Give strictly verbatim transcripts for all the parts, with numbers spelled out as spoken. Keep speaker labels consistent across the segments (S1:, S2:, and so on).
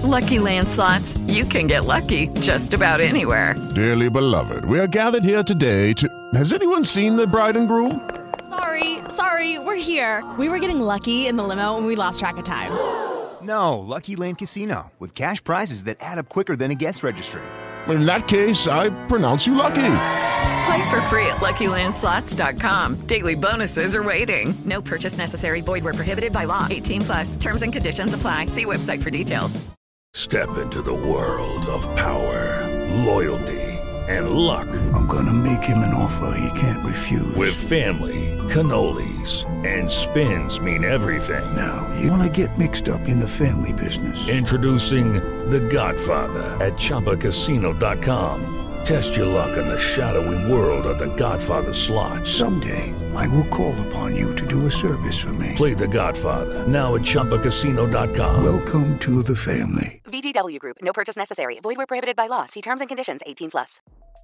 S1: Lucky Land Slots, you can get lucky just about anywhere.
S2: Dearly beloved, we are gathered here today to... Has anyone seen the bride and groom?
S3: Sorry, sorry, we're here. We were getting lucky in the limo and we lost track of time.
S4: No, Lucky Land Casino, with cash prizes that add up quicker than a guest registry.
S2: In that case, I pronounce you lucky.
S1: Play for free at Lucky Land Slots dot com. Daily bonuses are waiting. No purchase necessary. Void where prohibited by law. eighteen plus. Terms and conditions apply. See website for details.
S5: Step into the world of power, loyalty, and luck.
S6: I'm gonna make him an offer he can't refuse.
S5: With family, cannolis, and spins mean everything.
S6: Now, you wanna get mixed up in the family business.
S5: Introducing The Godfather at Chumba Casino dot com. Test your luck in the shadowy world of The Godfather slot.
S6: Someday, I will call upon you to do a service for me.
S5: Play The Godfather, now at Chumba Casino dot com.
S6: Welcome to the family.
S7: V G W Group. No purchase necessary. Void where prohibited by law. See terms and conditions. eighteen plus.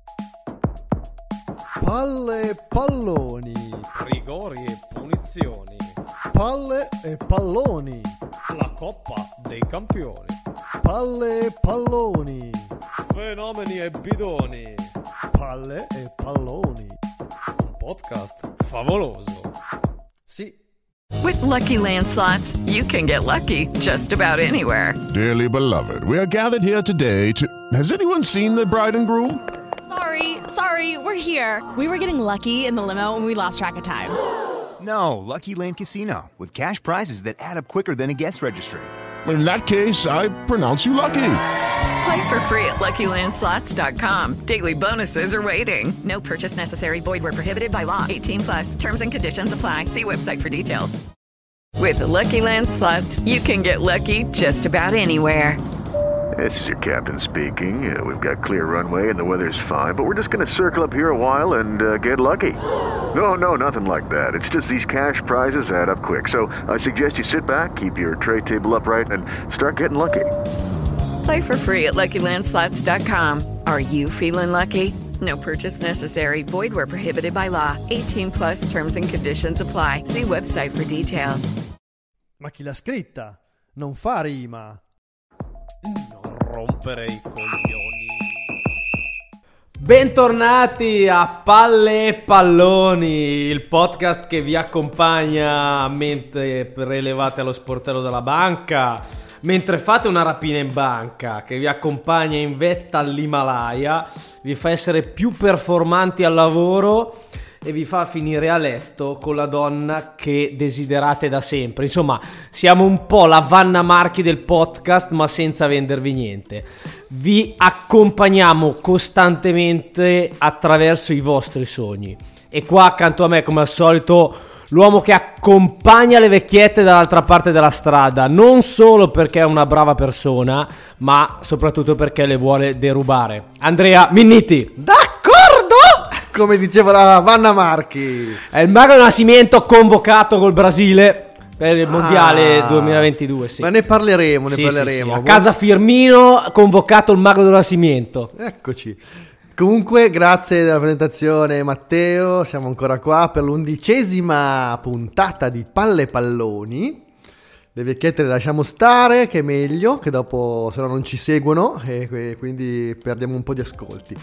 S8: Palle e palloni,
S9: rigori e punizioni,
S8: palle e palloni,
S9: la Coppa dei Campioni,
S8: palle e palloni,
S9: fenomeni e bidoni,
S8: palle e palloni,
S9: un podcast favoloso.
S8: Sì.
S1: With Lucky Land Slots, you can get lucky just about anywhere.
S2: Dearly beloved, we are gathered here today to... Has anyone seen the bride and groom?
S3: Sorry, sorry, we're here. We were getting lucky in the limo and we lost track of time.
S4: No, Lucky Land Casino, with cash prizes that add up quicker than a guest registry.
S2: In that case, I pronounce you lucky.
S1: Play for free at Lucky Land Slots dot com. Daily bonuses are waiting. No purchase necessary. Void where prohibited by law. eighteen plus. Terms and conditions apply. See website for details. With the Lucky Land Slots, you can get lucky just about anywhere.
S10: This is your captain speaking. Uh, we've got clear runway and the weather's fine, but we're just going to circle up here a while and uh, get lucky. No, no, nothing like that. It's just these cash prizes add up quick. So I suggest you sit back, keep your tray table upright, and start getting lucky.
S1: Play for free at Lucky Land Slots dot com. Are you feeling lucky? No purchase necessary. Void where prohibited by law. eighteen plus. Terms and conditions apply. See website for details.
S8: Ma chi l'ha scritta? Non fa rima.
S9: Non rompere i coglioni.
S11: Bentornati a Palle e Palloni, il podcast che vi accompagna mentre prelevate allo sportello della banca, mentre fate una rapina in banca, che vi accompagna in vetta all'Himalaya, vi fa essere più performanti al lavoro e vi fa finire a letto con la donna che desiderate da sempre. Insomma, siamo un po' la Vanna Marchi del podcast, ma senza vendervi niente. Vi accompagniamo costantemente attraverso i vostri sogni. E qua accanto a me, come al solito, l'uomo che accompagna le vecchiette dall'altra parte della strada, non solo perché è una brava persona, ma soprattutto perché le vuole derubare. Andrea Minniti.
S8: D'accordo! Come diceva la Vanna Marchi.
S11: È il mago del Nascimento convocato col Brasile per il mondiale
S8: ah,
S11: duemilaventidue. Sì.
S8: Ma ne parleremo, ne
S11: sì,
S8: parleremo.
S11: Sì, sì. A casa Firmino, convocato il mago del Nascimento.
S8: Eccoci. Comunque, grazie della presentazione, Matteo. Siamo ancora qua per l'undicesima puntata di Palle e Palloni. Le vecchiette le lasciamo stare, che è meglio, che dopo se no non ci seguono e quindi perdiamo un po' di ascolti.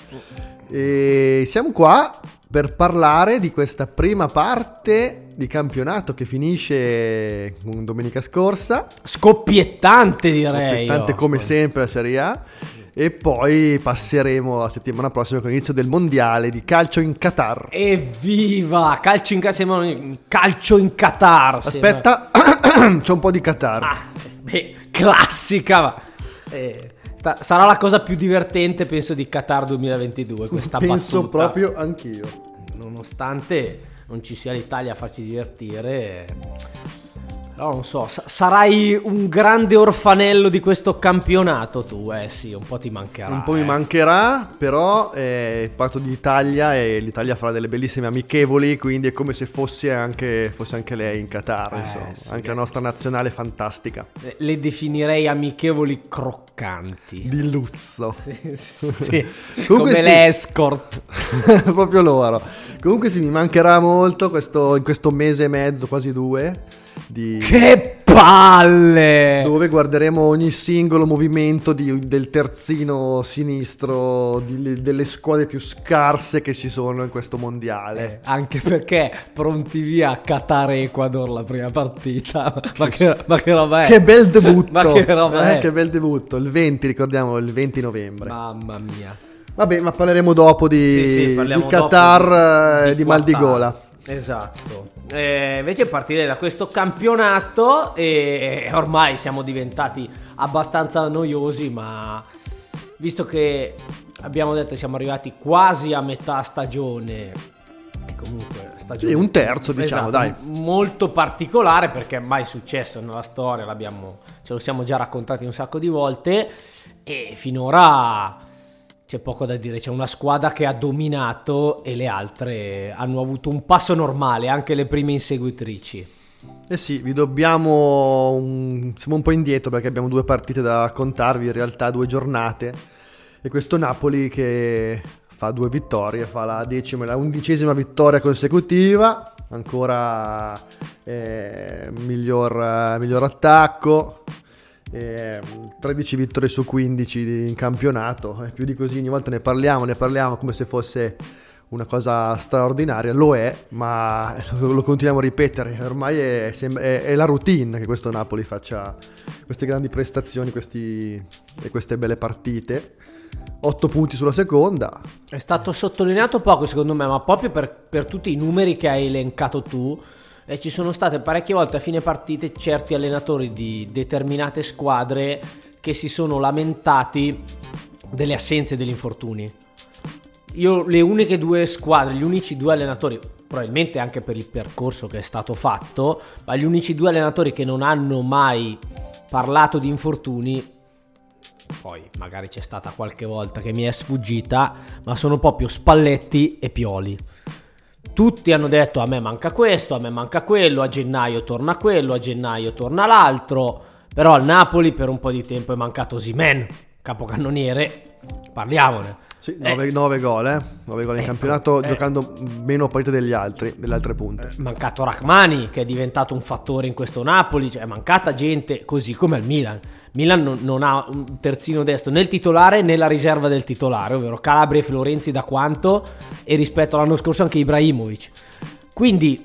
S8: E siamo qua per parlare di questa prima parte di campionato che finisce domenica scorsa.
S11: Scoppiettante, direi.
S8: Scoppiettante
S11: io.
S8: come sempre la Serie A. E poi passeremo la settimana prossima con l'inizio del mondiale di calcio in Qatar.
S11: Evviva! Calcio in, siamo in calcio in Qatar.
S8: Aspetta, c'è un po' di Qatar.
S11: Ah, sì. Beh, classica. Ma, eh, sta, sarà la cosa più divertente, penso, di Qatar duemilaventidue. Questa
S8: penso
S11: battuta.
S8: Proprio anch'io.
S11: Nonostante non ci sia l'Italia a farci divertire. Però non so, sa- sarai un grande orfanello di questo campionato tu, eh sì, un po' ti mancherà.
S8: Un po'
S11: eh.
S8: mi mancherà, però eh, parto d'Italia e l'Italia farà delle bellissime amichevoli, quindi è come se fosse anche, fosse anche lei in Qatar,
S11: Eh,
S8: insomma,
S11: sì,
S8: anche
S11: che-
S8: la nostra nazionale fantastica.
S11: Eh, Le definirei amichevoli croccanti.
S8: Di lusso.
S11: Sì, sì.
S8: Comunque
S11: Come
S8: sì.
S11: le escort.
S8: Proprio loro. Comunque sì, mi mancherà molto questo, in questo mese e mezzo, quasi due. Di...
S11: Che palle! palle!
S8: Dove guarderemo ogni singolo movimento di, del terzino sinistro di, delle squadre più scarse che ci sono in questo mondiale.
S11: Eh, anche perché pronti via Qatar-Ecuador la prima partita. Ma che, ma che roba è?
S8: Che bel debutto!
S11: Ma che roba
S8: eh,
S11: è?
S8: Che bel debutto! Il venti, ricordiamo, il venti novembre.
S11: Mamma mia.
S8: Vabbè, ma parleremo dopo di,
S11: Sì, sì, parliamo
S8: di Qatar e di, di mal di gola.
S11: Esatto. Eh, invece partirei da questo campionato e ormai siamo diventati abbastanza noiosi, ma visto che abbiamo detto che siamo arrivati quasi a metà stagione e comunque stagione
S8: sì, un terzo diciamo,
S11: esatto,
S8: dai,
S11: molto particolare perché è mai successo nella storia, l'abbiamo, ce lo siamo già raccontati un sacco di volte e finora c'è poco da dire, c'è una squadra che ha dominato e le altre hanno avuto un passo normale, anche le prime inseguitrici.
S8: Eh sì, vi dobbiamo un... siamo un po' indietro perché abbiamo due partite da raccontarvi, in realtà due giornate, e questo Napoli che fa due vittorie, fa la decima e la undicesima vittoria consecutiva, ancora eh, miglior, miglior attacco. Eh, tredici vittorie su quindici in campionato, eh, più di così ogni volta ne parliamo, ne parliamo come se fosse una cosa straordinaria, lo è, ma lo, lo continuiamo a ripetere, ormai è, è, è la routine che questo Napoli faccia queste grandi prestazioni, questi, e queste belle partite. Otto punti sulla seconda.
S11: È stato sottolineato poco secondo me, ma proprio per, per tutti i numeri che hai elencato tu. E ci sono state parecchie volte a fine partite certi allenatori di determinate squadre che si sono lamentati delle assenze e degli infortuni. Io le uniche due squadre, gli unici due allenatori, probabilmente anche per il percorso che è stato fatto, ma gli unici due allenatori che non hanno mai parlato di infortuni, poi magari c'è stata qualche volta che mi è sfuggita, ma sono proprio Spalletti e Pioli. Tutti hanno detto a me manca questo, a me manca quello, a gennaio torna quello, a gennaio torna l'altro, però al Napoli per un po' di tempo è mancato Osimhen, capocannoniere, parliamone.
S8: Sì, nove
S11: eh,
S8: gol, eh? nove gol in
S11: ecco,
S8: campionato,
S11: eh,
S8: giocando meno partite degli altri, delle altre punte.
S11: È mancato Rachmani, che è diventato un fattore in questo Napoli, cioè è mancata gente così come al Milan. Milan non, non ha un terzino destro né il titolare né la riserva del titolare, ovvero Calabria e Florenzi da quanto, e rispetto all'anno scorso anche Ibrahimovic. Quindi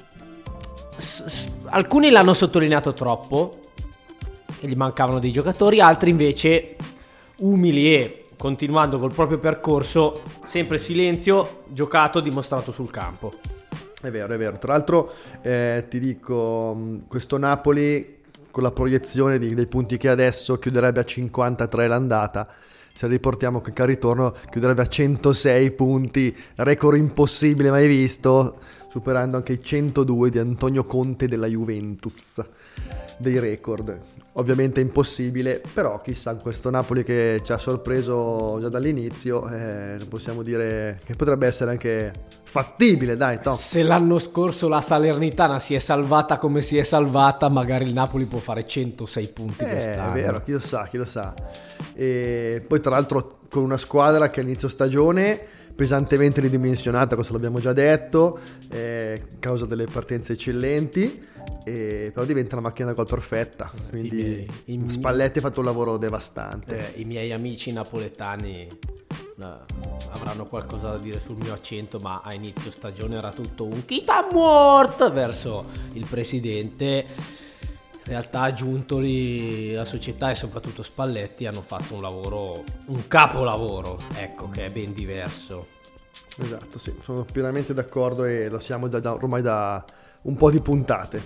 S11: s- s- alcuni l'hanno sottolineato troppo e gli mancavano dei giocatori, altri invece umili e continuando col proprio percorso, sempre silenzio, giocato, dimostrato sul campo.
S8: È vero, è vero. Tra l'altro eh, ti dico, questo Napoli con la proiezione di, dei punti che adesso chiuderebbe a cinquantatré l'andata, se riportiamo che al ritorno chiuderebbe a centosei punti, record impossibile mai visto, superando anche i centodue di Antonio Conte della Juventus, dei record. Ovviamente impossibile, però chissà, questo Napoli che ci ha sorpreso già dall'inizio, eh, possiamo dire che potrebbe essere anche fattibile, dai, Tom.
S11: Se l'anno scorso la Salernitana si è salvata come si è salvata, magari il Napoli può fare centosei punti
S8: eh,
S11: quest'anno.
S8: È vero, chi lo sa, chi lo sa. E poi tra l'altro con una squadra che all'inizio stagione pesantemente ridimensionata, questo l'abbiamo già detto, eh, a causa delle partenze eccellenti, eh, però diventa una macchina da gol perfetta, quindi
S11: I miei, i
S8: Spalletti ha fatto un lavoro devastante.
S11: Eh, I miei amici napoletani eh, avranno qualcosa da dire sul mio accento, ma a inizio stagione era tutto un chita mort verso il presidente. In realtà Giuntoli, la società e soprattutto Spalletti hanno fatto un lavoro, un capolavoro, ecco, che è ben diverso.
S8: Esatto, sì, sono pienamente d'accordo e lo siamo da, da, ormai da un po' di puntate.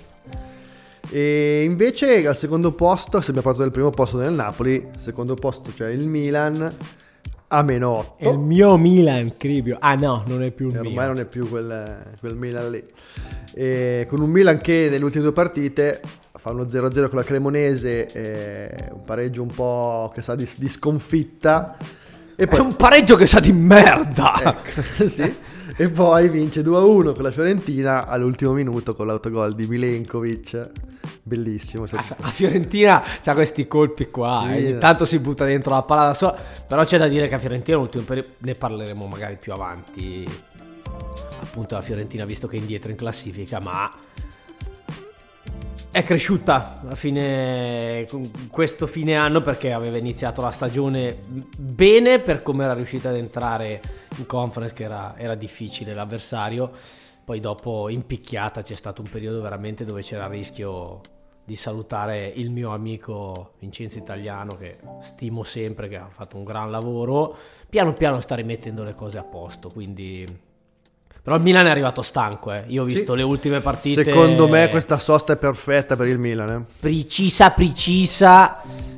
S8: E invece al secondo posto, se abbiamo parlato del primo posto del Napoli, al secondo posto c'è il Milan a meno otto.
S11: È il mio Milan, Cribio. Ah no, non è più il
S8: e
S11: mio.
S8: Ormai non è più quel, quel Milan lì. E con un Milan che nelle ultime due partite fa uno zero a zero con la Cremonese, eh, un pareggio un po' che sa di, di sconfitta. E poi,
S11: è un pareggio che sa di merda!
S8: Ecco, sì. E poi vince due a uno con la Fiorentina all'ultimo minuto con l'autogol di Milenkovic. Bellissimo.
S11: A, a Fiorentina c'ha questi colpi qua, sì, eh. Tanto si butta dentro la palla da sola. Però c'è da dire che a Fiorentina l'ultimo periodo, ne parleremo magari più avanti, appunto la Fiorentina, visto che è indietro in classifica, ma è cresciuta a fine questo fine anno, perché aveva iniziato la stagione bene per come era riuscita ad entrare in conference, che era, era difficile l'avversario. Poi dopo impicchiata c'è stato un periodo veramente dove c'era il rischio di salutare il mio amico Vincenzo Italiano, che stimo sempre, che ha fatto un gran lavoro. Piano piano sta rimettendo le cose a posto, quindi... Però il Milan è arrivato stanco, eh. Io ho visto sì. le ultime partite.
S8: Secondo me questa sosta è perfetta per il Milan, eh.
S11: Precisa, precisa,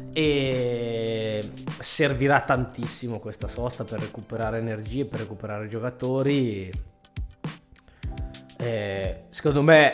S11: e servirà tantissimo questa sosta per recuperare energie, per recuperare giocatori. Eh, secondo me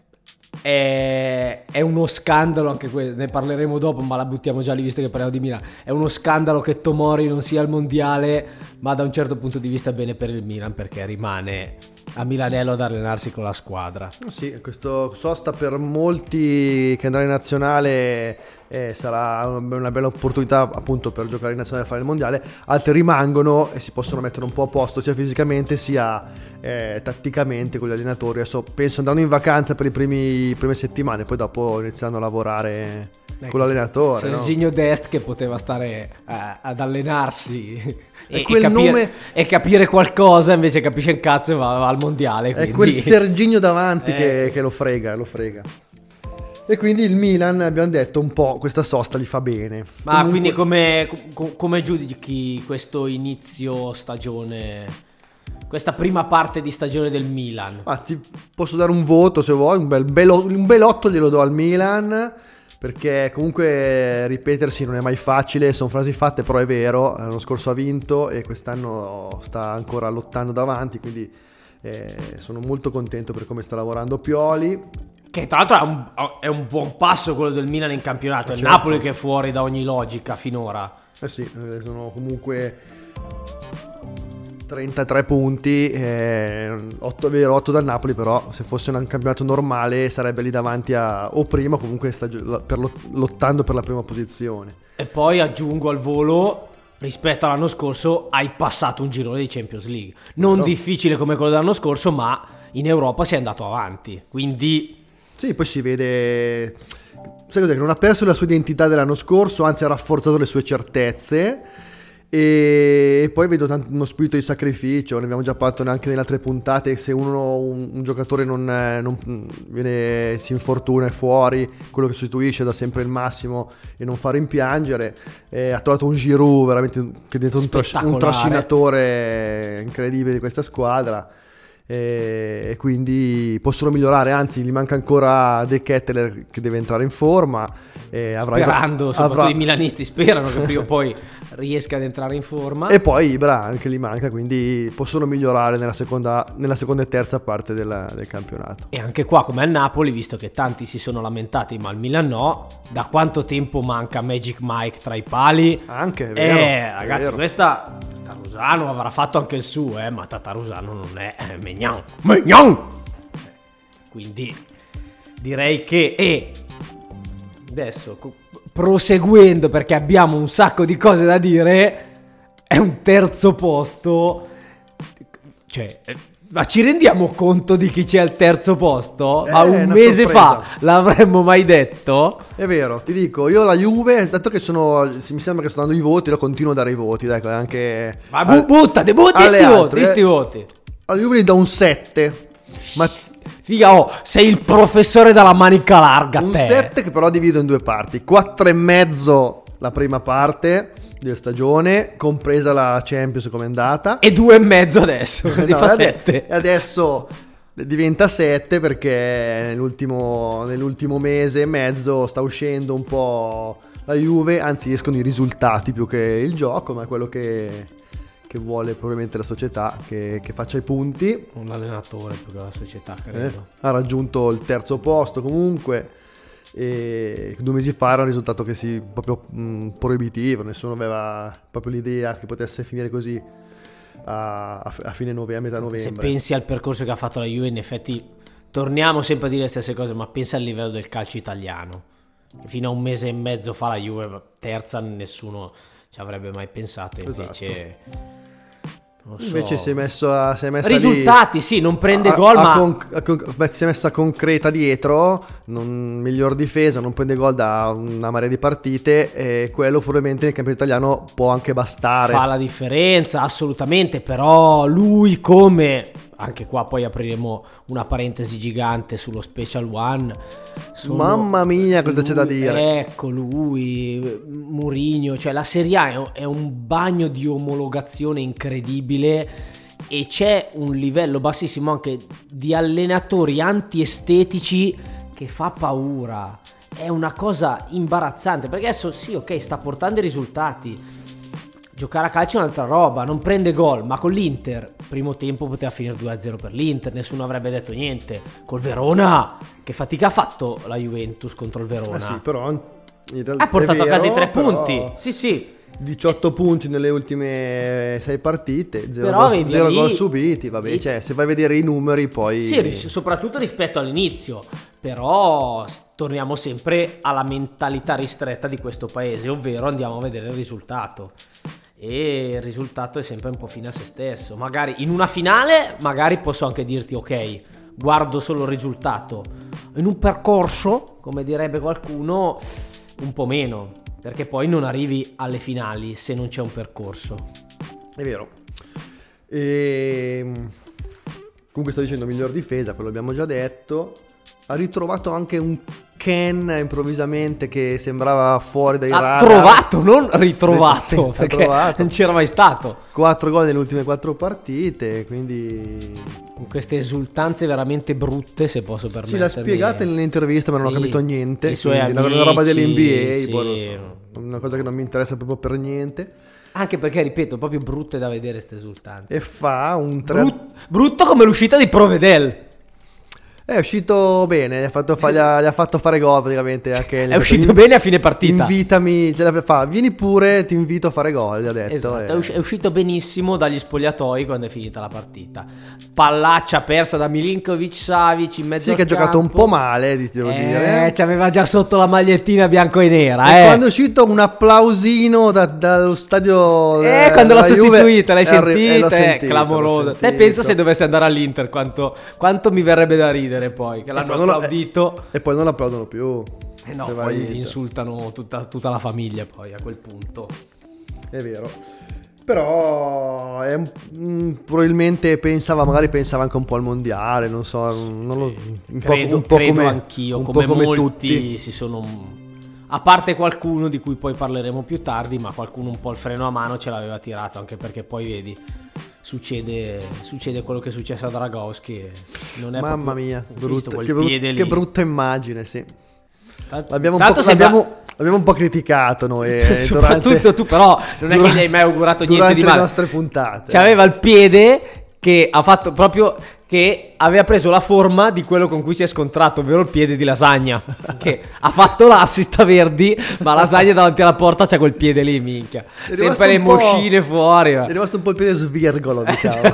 S11: è, è uno scandalo, anche questo, ne parleremo dopo, ma la buttiamo già lì visto che parliamo di Milan. È uno scandalo che Tomori non sia al mondiale, ma da un certo punto di vista è bene per il Milan, perché rimane a Milanello ad allenarsi con la squadra.
S8: Sì, questo sosta per molti che andrà in nazionale eh, sarà una bella opportunità appunto per giocare in nazionale e fare il mondiale. Altri rimangono e si possono mettere un po' a posto sia fisicamente sia eh, tatticamente con gli allenatori. Adesso penso andranno in vacanza per le primi, prime settimane, poi dopo iniziano a lavorare eh, con l'allenatore.
S11: Serginho no? Dest che poteva stare eh, ad allenarsi e,
S8: e, quel
S11: e, capire,
S8: nome...
S11: e capire qualcosa, invece capisce un cazzo e va, va al mondiale. Quindi...
S8: È quel Serginho davanti
S11: eh.
S8: che, che lo frega, lo frega. E quindi il Milan, abbiamo detto, un po' questa sosta gli fa bene.
S11: Ma Comunque... quindi come, com- come giudichi questo inizio stagione, questa prima parte di stagione del Milan?
S8: Ah, ti posso dare un voto se vuoi, un bel, bello, un bel otto glielo do al Milan, perché comunque ripetersi non è mai facile, sono frasi fatte, però è vero. L'anno scorso ha vinto e quest'anno sta ancora lottando davanti, quindi eh, sono molto contento per come sta lavorando Pioli.
S11: Che tra l'altro è un, è un buon passo quello del Milan in campionato. È il
S8: certo.
S11: Napoli che è fuori da ogni logica finora.
S8: Eh sì, sono comunque trentatré punti, eh, otto, vero, otto dal Napoli, però se fosse un campionato normale sarebbe lì davanti a, o prima o comunque stagio- per lo, lottando per la prima posizione.
S11: E poi aggiungo al volo, rispetto all'anno scorso hai passato un girone di Champions League. Non no. difficile come quello dell'anno scorso, ma in Europa sei andato avanti, quindi...
S8: Sì, poi si vede, sai cos'è, che non ha perso la sua identità dell'anno scorso, anzi ha rafforzato le sue certezze, e poi vedo tanto uno spirito di sacrificio. Ne abbiamo già parlato anche nelle altre puntate. Se uno, un, un giocatore non, non viene, si infortuna, è fuori, quello che sostituisce dà sempre il massimo e non fa rimpiangere. E ha trovato un Giroud veramente che è diventato un, tras- un trascinatore incredibile di questa squadra. E quindi possono migliorare, anzi gli manca ancora De Ketteler che deve entrare in forma e avrà
S11: sperando,
S8: avrà,
S11: soprattutto i milanisti sperano che prima o poi riesca ad entrare in forma,
S8: e poi Ibra anche gli manca, quindi possono migliorare nella seconda, nella seconda e terza parte della, del campionato.
S11: E anche qua come al Napoli, visto che tanti si sono lamentati ma il Milan no, da quanto tempo manca Magic Mike tra i pali?
S8: Anche, è vero,
S11: eh, ragazzi,
S8: è vero.
S11: Questa Tatarusano avrà fatto anche il suo, eh, ma Tatarusano non è eh, Maignan. Maignan! Quindi direi che e adesso co- proseguendo, perché abbiamo un sacco di cose da dire, è un terzo posto, cioè ma ci rendiamo conto di chi c'è al terzo posto?
S8: Eh,
S11: Ma un mese
S8: sorpresa.
S11: fa l'avremmo mai detto?
S8: È vero, ti dico, io la Juve, dato che sono, mi sembra che sto dando i voti, lo continuo a dare i voti, dai, anche
S11: ma bu- buttate, butti sti voti, sti voti.
S8: Alla Juve gli do un sette. Ma
S11: figa, oh, sei il professore dalla manica larga,
S8: un
S11: te.
S8: sette che però divido in due parti. quattro e mezzo la prima parte della stagione, compresa la Champions come è andata.
S11: E due e mezzo adesso, così
S8: no,
S11: fa
S8: ade-
S11: sette.
S8: E adesso diventa sette perché nell'ultimo, nell'ultimo mese e mezzo sta uscendo un po' la Juve, anzi escono i risultati più che il gioco, ma è quello che... che vuole probabilmente la società che, che faccia i punti.
S11: Un allenatore più che la società, credo.
S8: Eh, ha raggiunto il terzo posto comunque, e due mesi fa era un risultato che si proprio mh, proibitivo, nessuno aveva proprio l'idea che potesse finire così a, a, a fine novembre, a metà novembre.
S11: Se pensi al percorso che ha fatto la Juve, in effetti torniamo sempre a dire le stesse cose, ma pensa al livello del calcio italiano, che fino a un mese e mezzo fa la Juve terza nessuno ci avrebbe mai pensato, invece esatto. Non so.
S8: Invece si è messo a, si è messa
S11: risultati,
S8: lì,
S11: sì, non prende
S8: a,
S11: gol,
S8: a
S11: ma
S8: con, a con, si è messa concreta dietro, non, miglior difesa, non prende gol da una marea di partite, e quello probabilmente nel campionato italiano può anche bastare.
S11: Fa la differenza, assolutamente, però lui come... Anche qua poi apriremo una parentesi gigante sullo Special One. Sono...
S8: Mamma mia, cosa
S11: lui,
S8: c'è da dire?
S11: Ecco lui, Mourinho, cioè la Serie A è, è un bagno di omologazione incredibile e c'è un livello bassissimo anche di allenatori antiestetici che fa paura. È una cosa imbarazzante, perché adesso sì, ok, sta portando i risultati. Giocare a calcio è un'altra roba, non prende gol, ma con l'Inter primo tempo poteva finire due a zero per l'Inter, nessuno avrebbe detto niente. Col Verona, che fatica ha fatto la Juventus contro il Verona?
S8: Eh sì, però in realtà
S11: ha portato
S8: vero,
S11: a casa i tre
S8: però...
S11: punti. Sì, sì.
S8: diciotto punti nelle ultime sei partite, zero
S11: Però
S8: gol, zero
S11: lì,
S8: gol subiti, vabbè,
S11: lì,
S8: cioè se vai a vedere i numeri poi...
S11: Sì, soprattutto rispetto all'inizio, però torniamo sempre alla mentalità ristretta di questo paese, ovvero andiamo a vedere il risultato. E il risultato è sempre un po' fine a se stesso. Magari in una finale magari posso anche dirti ok, guardo solo il risultato. In un percorso, come direbbe qualcuno, un po' meno, perché poi non arrivi alle finali se non c'è un percorso.
S8: È vero. E... comunque sto dicendo miglior difesa, quello abbiamo già detto. Ha ritrovato anche un Ken improvvisamente che sembrava fuori dai
S11: ha
S8: radar.
S11: trovato, non ritrovato,
S8: sì,
S11: perché
S8: trovato.
S11: non c'era mai stato.
S8: Quattro gol nelle ultime quattro partite, quindi...
S11: con queste esultanze veramente brutte, se posso permettermi.
S8: Sì, l'ha spiegata nell'intervista, ma non
S11: sì,
S8: ho capito niente.
S11: I suoi
S8: Una,
S11: amici,
S8: una roba dell'N B A,
S11: sì.
S8: poi so, una cosa che non mi interessa proprio per niente.
S11: Anche perché, ripeto, proprio brutte da vedere ste esultanze.
S8: E fa un... Tre...
S11: Brut- brutto come l'uscita di Provedel.
S8: È uscito bene, gli ha fatto, fa- gli ha, gli ha fatto fare gol praticamente. Anche
S11: è uscito in- bene a fine partita.
S8: Invitami, ce la fa, vieni pure, ti invito a fare gol, gli ha detto.
S11: Esatto,
S8: e...
S11: è, usci- è uscito benissimo dagli spogliatoi quando è finita la partita. Pallaccia persa da Milinkovic Savic in mezzo
S8: Sì,
S11: al
S8: che ha
S11: campo.
S8: giocato un po' male, devo
S11: eh,
S8: dire.
S11: c'aveva già sotto la magliettina bianco e nera.
S8: E
S11: eh.
S8: quando è uscito un applausino da, dallo stadio...
S11: Eh, quando l'ha sostituita, l'hai
S8: Juve,
S11: sentita?
S8: eh, l'ho
S11: È
S8: sentito,
S11: clamoroso.
S8: l'ho
S11: Te
S8: sentito.
S11: pensa se dovesse andare all'Inter quanto, quanto mi verrebbe da ridere poi, che l'hanno
S8: poi non-
S11: applaudito.
S8: E poi non applaudono più.
S11: Eh no,
S8: Se vai
S11: poi
S8: all'Inter.
S11: insultano tutta, tutta la famiglia poi a quel punto.
S8: È vero. Però è un- mm, probabilmente pensava, magari pensava anche un po' al mondiale, non so, non lo, un
S11: Credo,
S8: po', un po'
S11: credo
S8: come
S11: anch'io,
S8: un
S11: come,
S8: po' come
S11: molti
S8: tutti.
S11: si sono... A parte qualcuno di cui poi parleremo più tardi, ma qualcuno un po' il freno a mano ce l'aveva tirato, anche perché poi vedi, succede, succede quello che è successo a Dragowski e non è
S8: Mamma
S11: proprio-
S8: mia,
S11: ho visto
S8: brutta,
S11: quel
S8: che, brut-
S11: piede
S8: che
S11: lì.
S8: brutta immagine, sì.
S11: Tanto-
S8: L'abbiamo un,
S11: tanto
S8: po',
S11: sembra-
S8: l'abbiamo, l'abbiamo un po' criticato noi. eh,
S11: soprattutto
S8: durante,
S11: tu, però non è che gli hai mai augurato niente
S8: durante
S11: di
S8: le
S11: male.
S8: nostre puntate.
S11: C'aveva il piede che ha fatto proprio, che aveva preso la forma di quello con cui si è scontrato, ovvero il piede di Lasagna, che ha fatto l'assist a Verdi, ma Lasagna davanti alla porta c'è quel piede lì, minchia,
S8: È rimasto
S11: sempre le
S8: un po'-
S11: moscine fuori.
S8: È rimasto un po' il piede svirgolo, diciamo.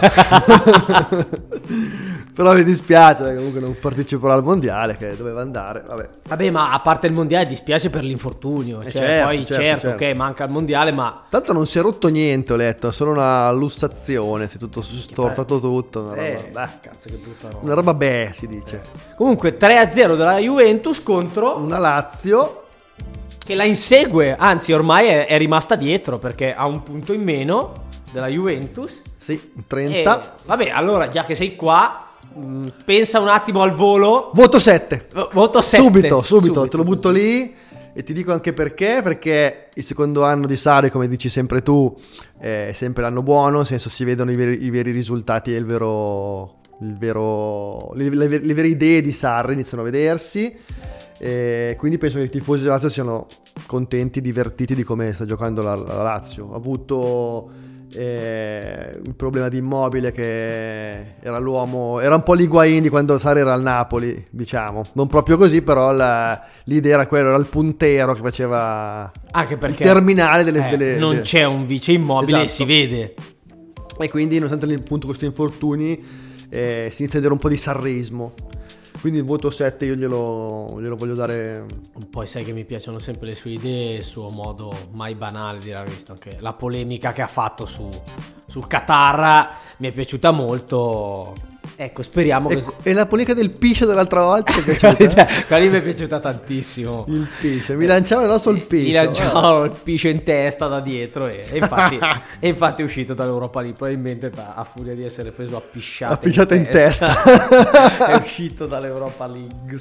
S8: Però mi dispiace, perché comunque non parteciperà al mondiale, che doveva andare, vabbè.
S11: Vabbè, ma a parte il mondiale dispiace per l'infortunio,
S8: Eh,
S11: cioè
S8: certo,
S11: poi
S8: certo,
S11: certo,
S8: certo.
S11: ok, manca il mondiale, ma
S8: Tanto non si è rotto niente, ho letto, solo una lussazione, si è tutto stortato tutto, una roba,
S11: eh,
S8: beh,
S11: cazzo che brutta roba.
S8: una roba beh, si dice.
S11: Comunque tre a zero della Juventus contro
S8: Una Lazio
S11: che la insegue, anzi ormai è, è rimasta dietro perché ha un punto in meno della Juventus.
S8: Sì, trenta.
S11: E, vabbè, allora già che sei qua, mh, pensa un attimo al volo.
S8: Voto sette.
S11: V- voto sette.
S8: Subito, subito, te lo butto lì e ti dico anche perché, perché il secondo anno di Sarri, come dici sempre tu, è sempre l'anno buono, nel senso si vedono i veri, i veri risultati e il vero... il vero le, le, le vere idee di Sarri iniziano a vedersi. E quindi penso che i tifosi della Lazio siano contenti, divertiti di come sta giocando la, la Lazio. Ha avuto eh, il problema di Immobile, che era l'uomo, era un po' l'Higuaín di quando Sarri era al Napoli, diciamo, non proprio così, però la, l'idea era quello, era il puntero che faceva
S11: Anche perché
S8: il terminale delle,
S11: eh,
S8: delle-
S11: non
S8: delle-
S11: c'è un vice Immobile e
S8: Esatto.
S11: si vede.
S8: E quindi nonostante appunto questi infortuni eh, si inizia a vedere un po' di sarrismo. Quindi il voto sette io glielo, glielo voglio dare.
S11: Poi sai che mi piacciono sempre le sue idee, il suo modo mai banale di aver visto anche la polemica che ha fatto su, sul Qatar mi è piaciuta molto. Ecco, speriamo
S8: e,
S11: che...
S8: E la polemica del piscio dell'altra volta ti è piaciuta?
S11: Quella lì mi è piaciuta tantissimo.
S8: Il piscio, mi lanciavano non sul piscio.
S11: Mi lanciavano il piscio in testa da dietro e, e, infatti, e infatti è uscito dall'Europa League, probabilmente a furia di essere preso a pisciate,
S8: a pisciate in, in testa,
S11: testa. È uscito dall'Europa League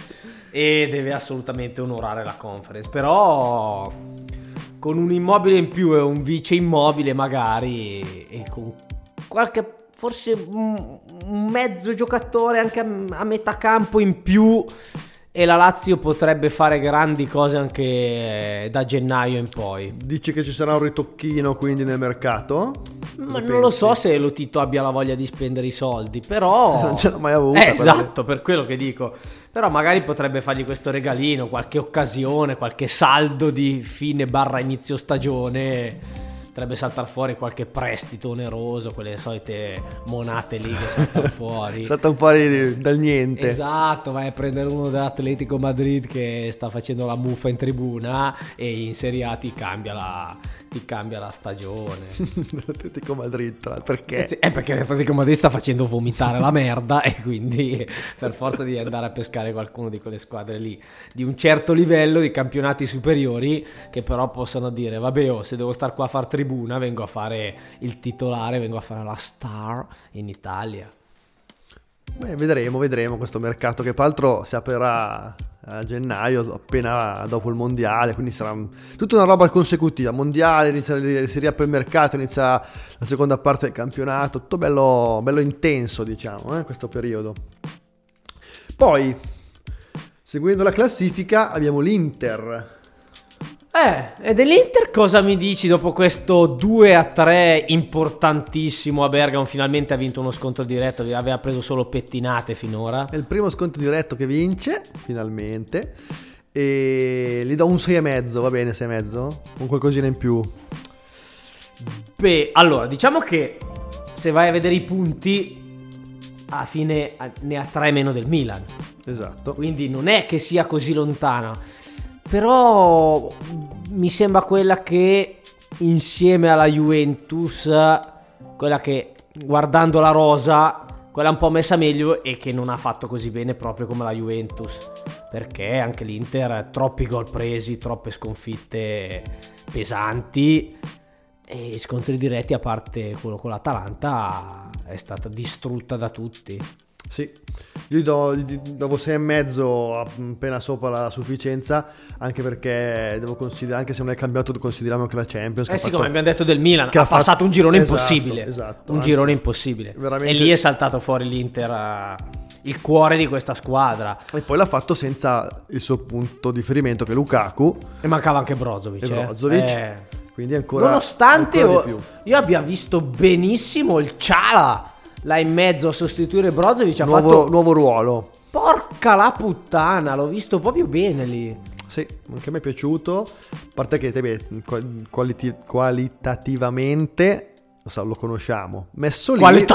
S11: e deve assolutamente onorare la Conference, però con un immobile in più e un vice immobile magari e con qualche... forse un mezzo giocatore anche a metà campo in più e la Lazio potrebbe fare grandi cose anche da gennaio in poi.
S8: Dici che ci sarà un ritocchino quindi nel mercato?
S11: Ma non lo so se Lotito abbia la voglia di spendere i soldi, però
S8: non ce l'ha mai avuta.
S11: Eh, esatto, per quello che dico. Però magari potrebbe fargli questo regalino, qualche occasione, qualche saldo di fine barra inizio stagione. Potrebbe saltare fuori qualche prestito oneroso, quelle solite monate lì che saltano fuori.
S8: Saltano fuori dal niente.
S11: Esatto, vai a prendere uno dell'Atletico Madrid che sta facendo la muffa in tribuna e in Serie A ti cambia la, ti cambia la stagione.
S8: L'Atletico Madrid, tra perché?
S11: Eh sì, è perché l'Atletico Madrid sta facendo vomitare la merda e quindi per forza devi andare a pescare qualcuno di quelle squadre lì di un certo livello, di campionati superiori, che però possono dire vabbè, oh, se devo star qua a far tribuna vengo a fare il titolare, vengo a fare la star in Italia.
S8: Beh, vedremo, vedremo questo mercato che peraltro si aprirà a gennaio, appena dopo il mondiale, quindi sarà tutta una roba consecutiva. Mondiale, inizia, si riapre il mercato, inizia la seconda parte del campionato, tutto bello, bello intenso, diciamo, eh, questo periodo. Poi, seguendo la classifica, abbiamo l'Inter.
S11: Eh, e dell'Inter cosa mi dici dopo questo due a tre importantissimo a Bergamo? Finalmente ha vinto uno scontro diretto, aveva preso solo pettinate finora.
S8: È il primo scontro diretto che vince, finalmente, e gli do un sei e mezzo, va bene, sei e mezzo? Un qualcosina in più.
S11: Beh, allora, diciamo che se vai a vedere i punti, alla fine ne ha tre meno del Milan.
S8: Esatto.
S11: Quindi non è che sia così lontana. Però mi sembra quella che insieme alla Juventus, quella che guardando la rosa, quella un po' messa meglio e che non ha fatto così bene proprio come la Juventus, perché anche l'Inter troppi gol presi, troppe sconfitte pesanti e scontri diretti, a parte quello con l'Atalanta, è stata distrutta da tutti.
S8: Sì, io do, gli do sei e mezzo, appena sopra la sufficienza, anche perché devo considerare, anche se non è cambiato, consideriamo che la Champions.
S11: Eh sì,
S8: fatto,
S11: come abbiamo detto del Milan,
S8: ha
S11: ha passato
S8: fatto,
S11: un girone
S8: esatto,
S11: impossibile.
S8: Esatto,
S11: un
S8: anzi,
S11: girone impossibile.
S8: Veramente...
S11: E lì è saltato fuori l'Inter, il cuore di questa squadra.
S8: E poi l'ha fatto senza il suo punto di riferimento, che è Lukaku.
S11: E mancava anche Brozovic.
S8: E
S11: eh.
S8: Brozovic.
S11: Eh.
S8: Quindi ancora,
S11: nonostante
S8: ancora
S11: io,
S8: di più.
S11: io abbia visto benissimo il Ciala là in mezzo a sostituire Brozovic, ha
S8: nuovo,
S11: fatto
S8: nuovo ruolo.
S11: Porca la puttana, l'ho visto proprio bene lì.
S8: Sì, anche a me è piaciuto. A parte che beh, qualiti- qualitativamente lo, so, lo conosciamo. Messo lì un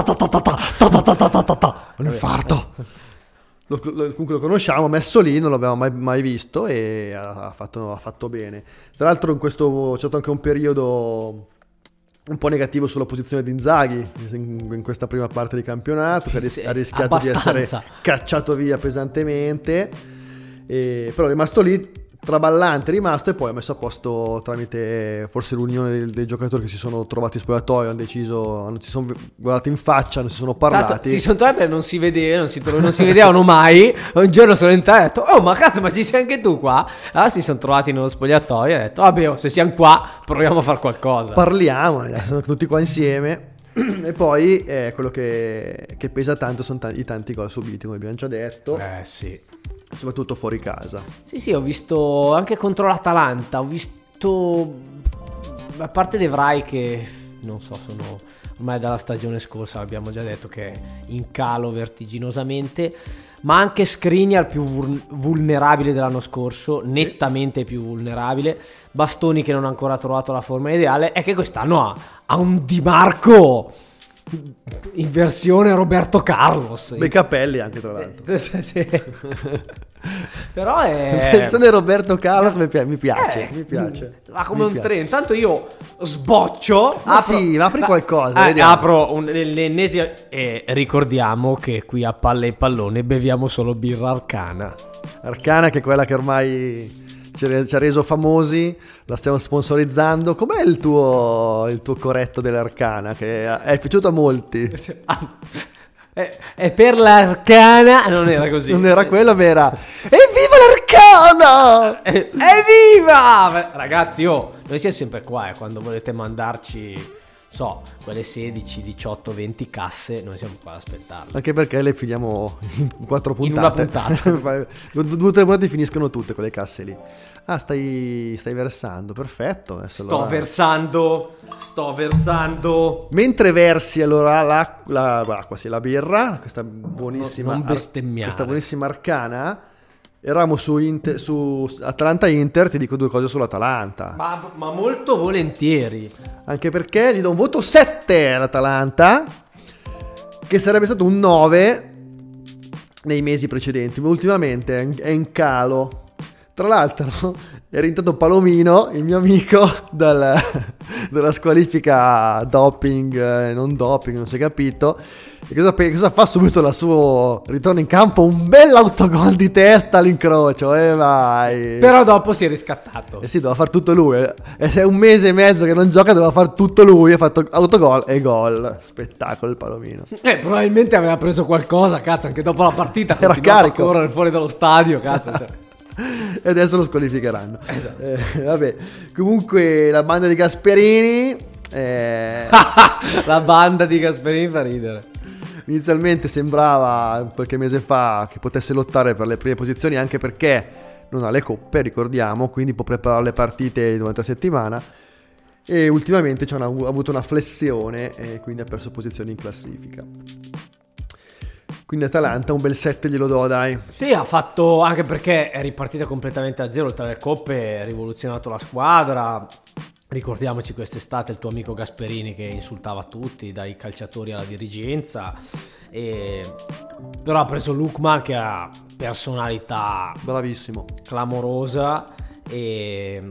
S8: infarto. Lo, lo, comunque lo conosciamo, messo lì non l'avevamo mai, mai visto e ha, ha, fatto, ha fatto bene. Tra l'altro in questo c'è stato anche un periodo un po' negativo sulla posizione di Inzaghi in, in questa prima parte di campionato, che
S11: sì,
S8: ha rischiato
S11: abbastanza.
S8: di essere cacciato via pesantemente, e, però è rimasto lì traballante, è rimasto, e poi ha messo a posto tramite forse l'unione dei, dei giocatori che si sono trovati in spogliatoio, hanno deciso, hanno, si sono guardati in faccia, non si sono parlati.
S11: Tanto, si sono trovati, non si vedevano, non si, non si vedevano mai. Un giorno sono entrato e ho detto: oh, ma cazzo, ma ci sei anche tu qua? Allora si sono trovati nello spogliatoio e ho detto: vabbè, oh, se siamo qua proviamo a fare qualcosa.
S8: Parliamo, sono tutti qua insieme. E poi eh, quello che, che pesa tanto sono t- i tanti gol subiti, come abbiamo già detto.
S11: Eh sì.
S8: Soprattutto fuori casa.
S11: Sì, sì, ho visto anche contro l'Atalanta. Ho visto, a parte De Vrij, che non so, sono ormai dalla stagione scorsa, abbiamo già detto che è in calo vertiginosamente, ma anche Skriniar più vulnerabile dell'anno scorso, nettamente più vulnerabile. Bastoni che non ha ancora trovato la forma ideale, e che quest'anno ha, ha un Di Marco in versione Roberto Carlos.
S8: Bei capelli anche, tra l'altro.
S11: Eh, sì, sì. Però è
S8: in versione Roberto Carlos mi piace, mi piace,
S11: eh,
S8: mi piace.
S11: Ma come
S8: mi
S11: un
S8: piace.
S11: treno. Intanto io sboccio.
S8: Ma
S11: apro,
S8: sì, ma apri qualcosa.
S11: eh,
S8: vediamo.
S11: apro un, l'ennesima e ricordiamo che qui a Palle e Pallone beviamo solo birra Arcana.
S8: Arcana, che è quella che ormai ci ha ci ha reso famosi, la stiamo sponsorizzando. Com'è il tuo, il tuo corretto dell'Arcana? Che è piaciuto a molti.
S11: E, e per l'Arcana non era così.
S8: Non era quello, ma era evviva l'Arcana!
S11: E- Evviva! Ragazzi, oh, noi siamo sempre qua, eh, quando volete mandarci, so, quelle sedici, diciotto, venti casse, noi siamo qua ad aspettarle.
S8: Anche perché le finiamo in quattro
S11: In
S8: puntate.
S11: una puntata.
S8: due, due o tre puntate finiscono tutte quelle casse lì. Ah, stai, stai versando, perfetto. Adesso
S11: Sto
S8: allora...
S11: versando, sto versando.
S8: Mentre versi allora la, la, l'acqua, sì, la birra, questa buonissima,
S11: Non bestemmiare.
S8: questa buonissima Arcana, eravamo su, Inter, su Atalanta-Inter, ti dico due cose sull'Atalanta.
S11: Ma, ma molto volentieri.
S8: Anche perché gli do un voto sette all'Atalanta, che sarebbe stato un nove nei mesi precedenti, ma ultimamente è in, è in calo. Tra l'altro è rientrato Palomino, il mio amico, dal, dalla squalifica doping, eh, non doping, non si è capito. E cosa, cosa fa subito al suo ritorno in campo? Un bel autogol di testa all'incrocio, e vai.
S11: Però dopo si è riscattato.
S8: Eh sì, doveva fare tutto lui. E è un mese e mezzo che non gioca, doveva fare tutto lui. Ha fatto autogol e gol. Spettacolo il Palomino.
S11: Eh, probabilmente aveva preso qualcosa, cazzo, anche dopo la partita.
S8: Era carico.
S11: A correre fuori dallo stadio, cazzo.
S8: E adesso lo squalificheranno.
S11: Esatto.
S8: Eh, vabbè, comunque la banda di Gasperini. Eh...
S11: La banda di Gasperini fa ridere.
S8: Inizialmente sembrava qualche mese fa che potesse lottare per le prime posizioni, anche perché non ha le coppe, ricordiamo, quindi può preparare le partite durante la settimana. E ultimamente c'ha una, ha avuto una flessione e quindi ha perso posizioni in classifica. Quindi Atalanta un bel sette glielo do, dai.
S11: Sì, ha fatto, anche perché è ripartita completamente a zero oltre alle coppe, ha rivoluzionato la squadra. Ricordiamoci quest'estate il tuo amico Gasperini che insultava tutti, dai calciatori alla dirigenza. E... però ha preso Lukman che ha personalità
S8: bravissimo,
S11: clamorosa. E...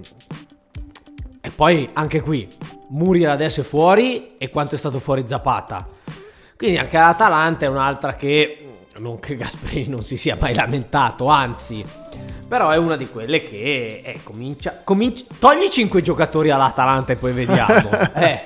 S11: e poi anche qui Muriel adesso è fuori, e quanto è stato fuori Zapata. Quindi anche l'Atalanta è un'altra che, non che Gasperini non si sia mai lamentato, anzi, però è una di quelle che eh, comincia, comincia togli cinque giocatori all'Atalanta e poi vediamo. eh,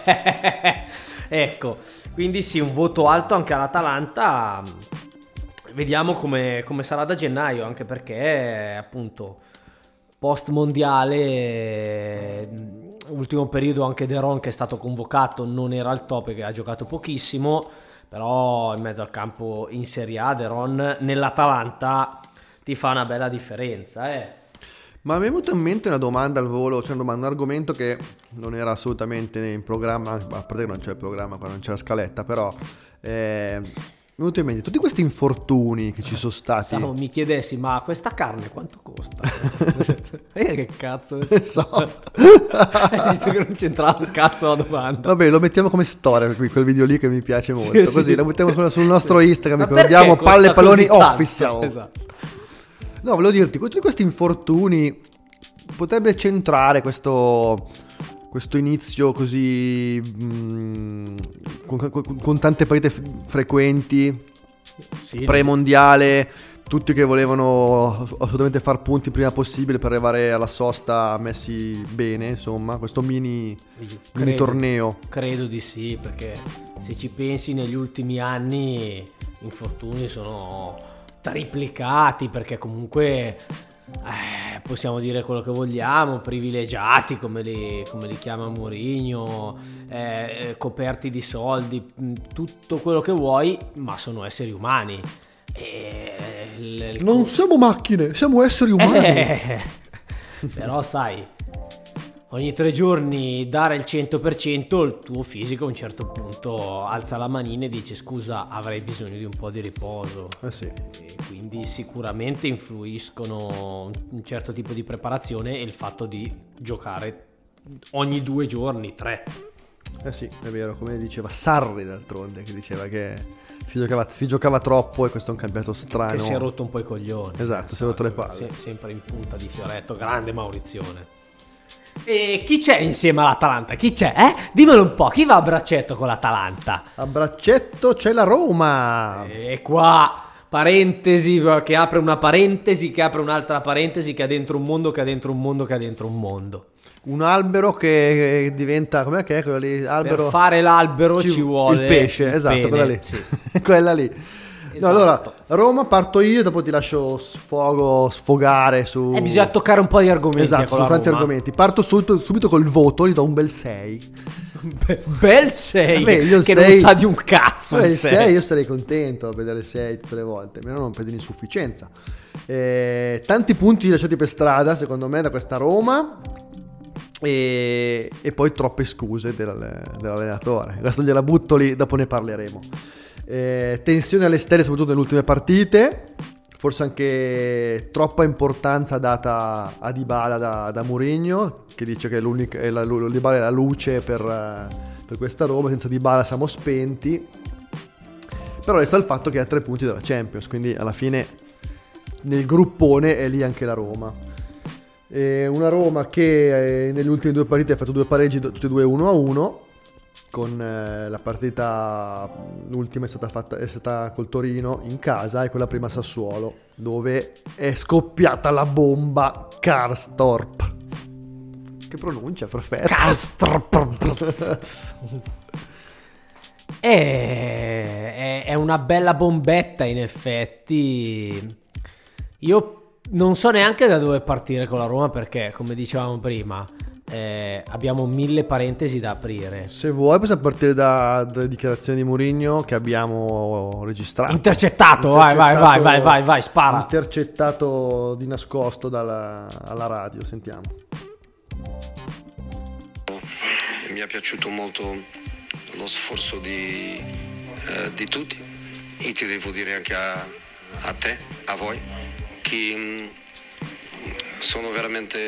S11: ecco, quindi sì, un voto alto anche all'Atalanta. Vediamo come, come sarà da gennaio, anche perché appunto post mondiale, ultimo periodo anche De Ron, che è stato convocato, non era al top, che ha giocato pochissimo. Però in mezzo al campo in Serie A De Ron nell'Atalanta ti fa una bella differenza, eh.
S8: Ma mi è venuta in mente una domanda al volo, cioè una domanda, un argomento che non era assolutamente in programma, a parte che non c'è il programma, qua non c'è la scaletta, però eh, mi è venuto in mente tutti questi infortuni che ci sono stati.
S11: Stavo, mi chiedessi, ma questa carne quanto costa? E che cazzo ne
S8: so.
S11: Visto che non c'entrava un cazzo la domanda.
S8: Vabbè, lo mettiamo come storia qui, quel video lì che mi piace molto.
S11: Sì,
S8: così
S11: sì.
S8: lo mettiamo sul nostro Instagram,
S11: Ma
S8: ricordiamo
S11: perché
S8: Palle
S11: costa
S8: Palloni
S11: così tanto?
S8: Official.
S11: Esatto.
S8: No, volevo dirti, tutti questi infortuni potrebbe centrare questo, questo inizio così mh, con, con, con tante partite f- frequenti,
S11: sì,
S8: pre-mondiale, tutti che volevano assolutamente far punti il prima possibile per arrivare alla sosta messi bene, insomma, questo mini,
S11: credo,
S8: mini torneo.
S11: Credo di sì, perché se ci pensi negli ultimi anni gli infortuni sono triplicati, perché comunque eh, possiamo dire quello che vogliamo, privilegiati come li, come li chiama Mourinho, eh, coperti di soldi, tutto quello che vuoi, ma sono esseri umani. E il, il
S8: non co- siamo macchine, siamo esseri umani.
S11: Eh, però sai, ogni tre giorni dare il cento per cento, il tuo fisico a un certo punto alza la manina e dice scusa, avrei bisogno di un po' di riposo.
S8: Eh sì.
S11: E quindi sicuramente influiscono un certo tipo di preparazione e il fatto di giocare ogni due giorni, tre.
S8: Eh sì, è vero, come diceva Sarri d'altronde, che diceva che si giocava, si giocava troppo e questo è un campionato strano.
S11: Che si è rotto un po' i coglioni.
S8: Esatto, si è rotto le palle.
S11: Se- sempre in punta di fioretto, grande Maurizione. E chi c'è insieme all'Atalanta? Chi c'è? Eh? Dimmelo un po', chi va a braccetto con l'Atalanta?
S8: A braccetto c'è la Roma.
S11: E qua, parentesi, che apre una parentesi, che apre un'altra parentesi, che ha dentro un mondo, che ha dentro un mondo, che ha dentro un mondo.
S8: Un albero che diventa, com'è che è quello lì? Albero,
S11: per fare l'albero ci, ci vuole
S8: il pesce,
S11: il
S8: esatto,
S11: pene,
S8: quella lì.
S11: Sì.
S8: Quella lì.
S11: Esatto.
S8: No, allora, Roma parto io, dopo ti lascio sfogo, sfogare su...
S11: Eh, bisogna toccare un po' di argomenti.
S8: Esatto,
S11: con
S8: su
S11: la
S8: tanti
S11: Roma.
S8: argomenti. Parto subito, subito col voto, gli do un bel sei.
S11: Be- bel sei,
S8: Vabbè, io
S11: che
S8: sei,
S11: non sa di un cazzo.
S8: Vabbè,
S11: il
S8: il sei io sarei contento a vedere il sei tutte le volte, almeno non per l'insufficienza. Eh, tanti punti lasciati per strada, secondo me, da questa Roma. E, e poi troppe scuse del, dell'allenatore. Questo gliela butto lì, dopo ne parleremo. Eh, tensione alle stelle, soprattutto nelle ultime partite. Forse anche troppa importanza data a Dybala da, da Mourinho, che dice che l'unica, è la, Dybala è la luce per, per questa Roma. Senza Dybala siamo spenti. Però resta il fatto che ha tre punti dalla Champions, quindi alla fine nel gruppone è lì anche la Roma. E una Roma che eh, nelle ultime due partite ha fatto due pareggi, tutte e due uno a uno, con eh, la partita, l'ultima è stata fatta è stata col Torino in casa e quella prima a Sassuolo, dove è scoppiata la bomba Karstorp. Che pronuncia perfetta.
S11: Karstorp. è, è una bella bombetta, in effetti. Io non so neanche da dove partire con la Roma, perché, come dicevamo prima, eh, abbiamo mille parentesi da aprire.
S8: Se vuoi possiamo partire da, dalle dichiarazioni di Mourinho che abbiamo registrato.
S11: Intercettato, vai, vai, vai, vai, vai, vai, spara.
S8: Intercettato di nascosto dalla, alla radio, sentiamo.
S12: Mi è piaciuto molto lo sforzo di, eh, di tutti, e ti devo dire anche a, a te, a voi, che mh, sono veramente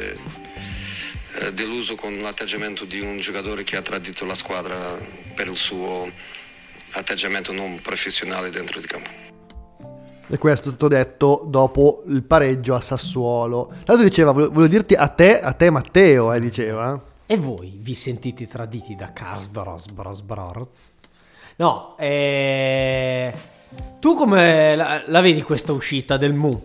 S12: eh, deluso con l'atteggiamento di un giocatore che ha tradito la squadra per il suo atteggiamento non professionale dentro di campo.
S8: E questo è stato detto dopo il pareggio a Sassuolo. Tra l'altro diceva, volevo dirti a te, a te Matteo, eh, diceva.
S11: E voi vi sentite traditi da Karsdorp? No, eh... tu come la, la vedi questa uscita del Mu?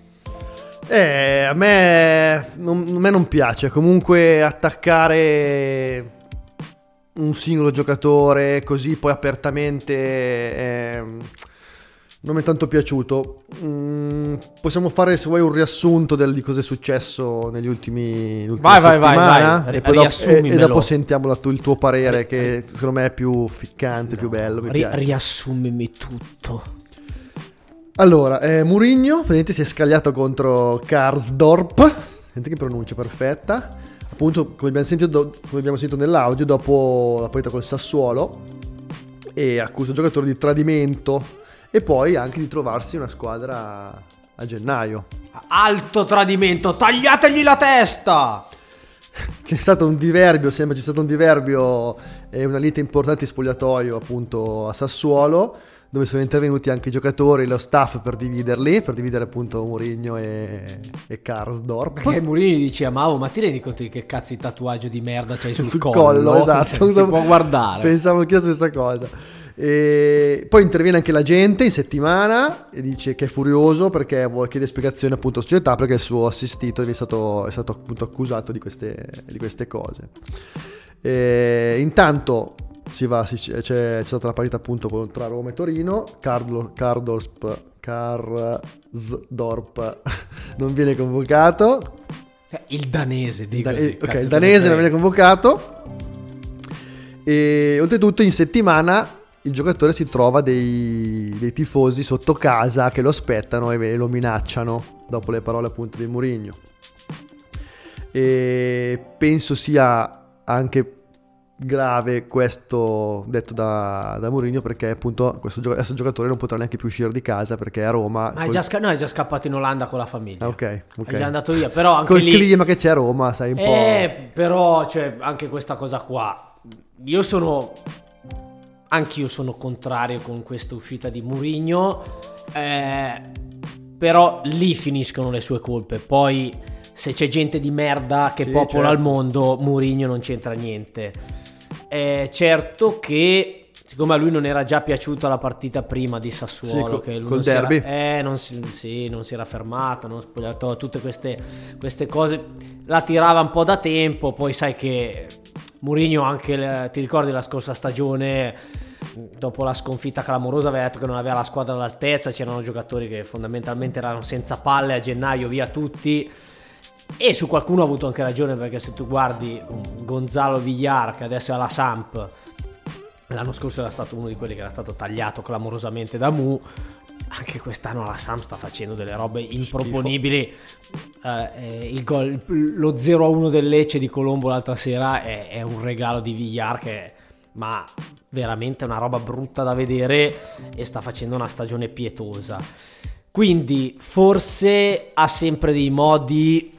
S8: Eh, a me, non, a me non piace. Comunque attaccare un singolo giocatore così poi apertamente eh, non mi è tanto piaciuto. Mm, possiamo fare, se vuoi, un riassunto del, di cosa è successo negli ultimi l'ultima
S11: vai, vai,
S8: settimana,
S11: vai, vai.
S8: E, poi dopo, e, e dopo
S11: Riassumimelo.
S8: sentiamo la tu- il tuo parere, che secondo me è più ficcante, più bello, mi
S11: Ri-
S8: piace.
S11: riassumimi tutto.
S8: Allora, eh, Mourinho praticamente si è scagliato contro Karsdorp. Senti che pronuncia perfetta. Appunto, come abbiamo sentito, do- come abbiamo sentito nell'audio, dopo la partita col Sassuolo, e accusa il giocatore di tradimento e poi anche di trovarsi una squadra a gennaio.
S11: Alto tradimento, tagliategli la testa!
S8: C'è stato un diverbio, sembra c'è stato un diverbio e una lite importante in spogliatoio appunto a Sassuolo, dove sono intervenuti anche i giocatori, lo staff, per dividerli, per dividere appunto Mourinho e, e Karsdorp.
S11: Perché Mourinho diceva, ma, oh, ma ti rendi conto di che cazzo di tatuaggio di merda c'hai sul,
S8: sul
S11: collo?
S8: collo, esatto,
S11: Cioè, si può guardare.
S8: Pensavo anche la stessa cosa. E poi interviene anche la gente in settimana e dice che è furioso perché vuole chiedere spiegazioni appunto alla società, perché il suo assistito è stato, è stato appunto accusato di queste, di queste cose. E intanto si va, si, c'è, c'è stata la partita appunto tra Roma e Torino. Carlo, Karsdorp, Karsdorp non viene convocato.
S11: Il danese, dico
S8: Da,
S11: così,
S8: ok, il danese non viene convocato. E oltretutto in settimana il giocatore si trova dei, dei tifosi sotto casa che lo aspettano e lo minacciano dopo le parole appunto di Mourinho. E penso sia anche grave questo detto da, da Mourinho, perché appunto questo, gio- questo giocatore non potrà neanche più uscire di casa perché a Roma
S11: Ma è
S8: col...
S11: già, sca- no, è già scappato in Olanda con la famiglia.
S8: Ah, ok, ok.
S11: È già andato via, però anche
S8: col
S11: lì...
S8: clima che c'è a Roma, sai un
S11: Eh,
S8: po'.
S11: però, cioè, anche questa cosa qua, io sono anch'io sono contrario con questa uscita di Mourinho, eh, però lì finiscono le sue colpe. Poi se c'è gente di merda che
S8: sì,
S11: popola
S8: certo.
S11: il mondo, Mourinho non c'entra niente. È certo che siccome a lui non era già piaciuta la partita prima di Sassuolo,
S8: sì, co-
S11: che lui
S8: col
S11: non si
S8: derby
S11: era, eh, non si, sì, non si era fermato, non spogliatoio, tutte queste, queste cose la tirava un po' da tempo. Poi sai che Mourinho anche, ti ricordi la scorsa stagione, dopo la sconfitta clamorosa, aveva detto che non aveva la squadra all'altezza, c'erano giocatori che fondamentalmente erano senza palle, a gennaio via tutti. E su qualcuno ha avuto anche ragione, perché se tu guardi Gonzalo Villar, che adesso è alla Samp, l'anno scorso era stato uno di quelli che era stato tagliato clamorosamente da Mu, anche quest'anno la Samp sta facendo delle robe improponibili. Eh, il gol, lo zero a uno del Lecce di Colombo l'altra sera è, è un regalo di Villar, che è, ma veramente una roba brutta da vedere, e sta facendo una stagione pietosa. Quindi forse ha sempre dei modi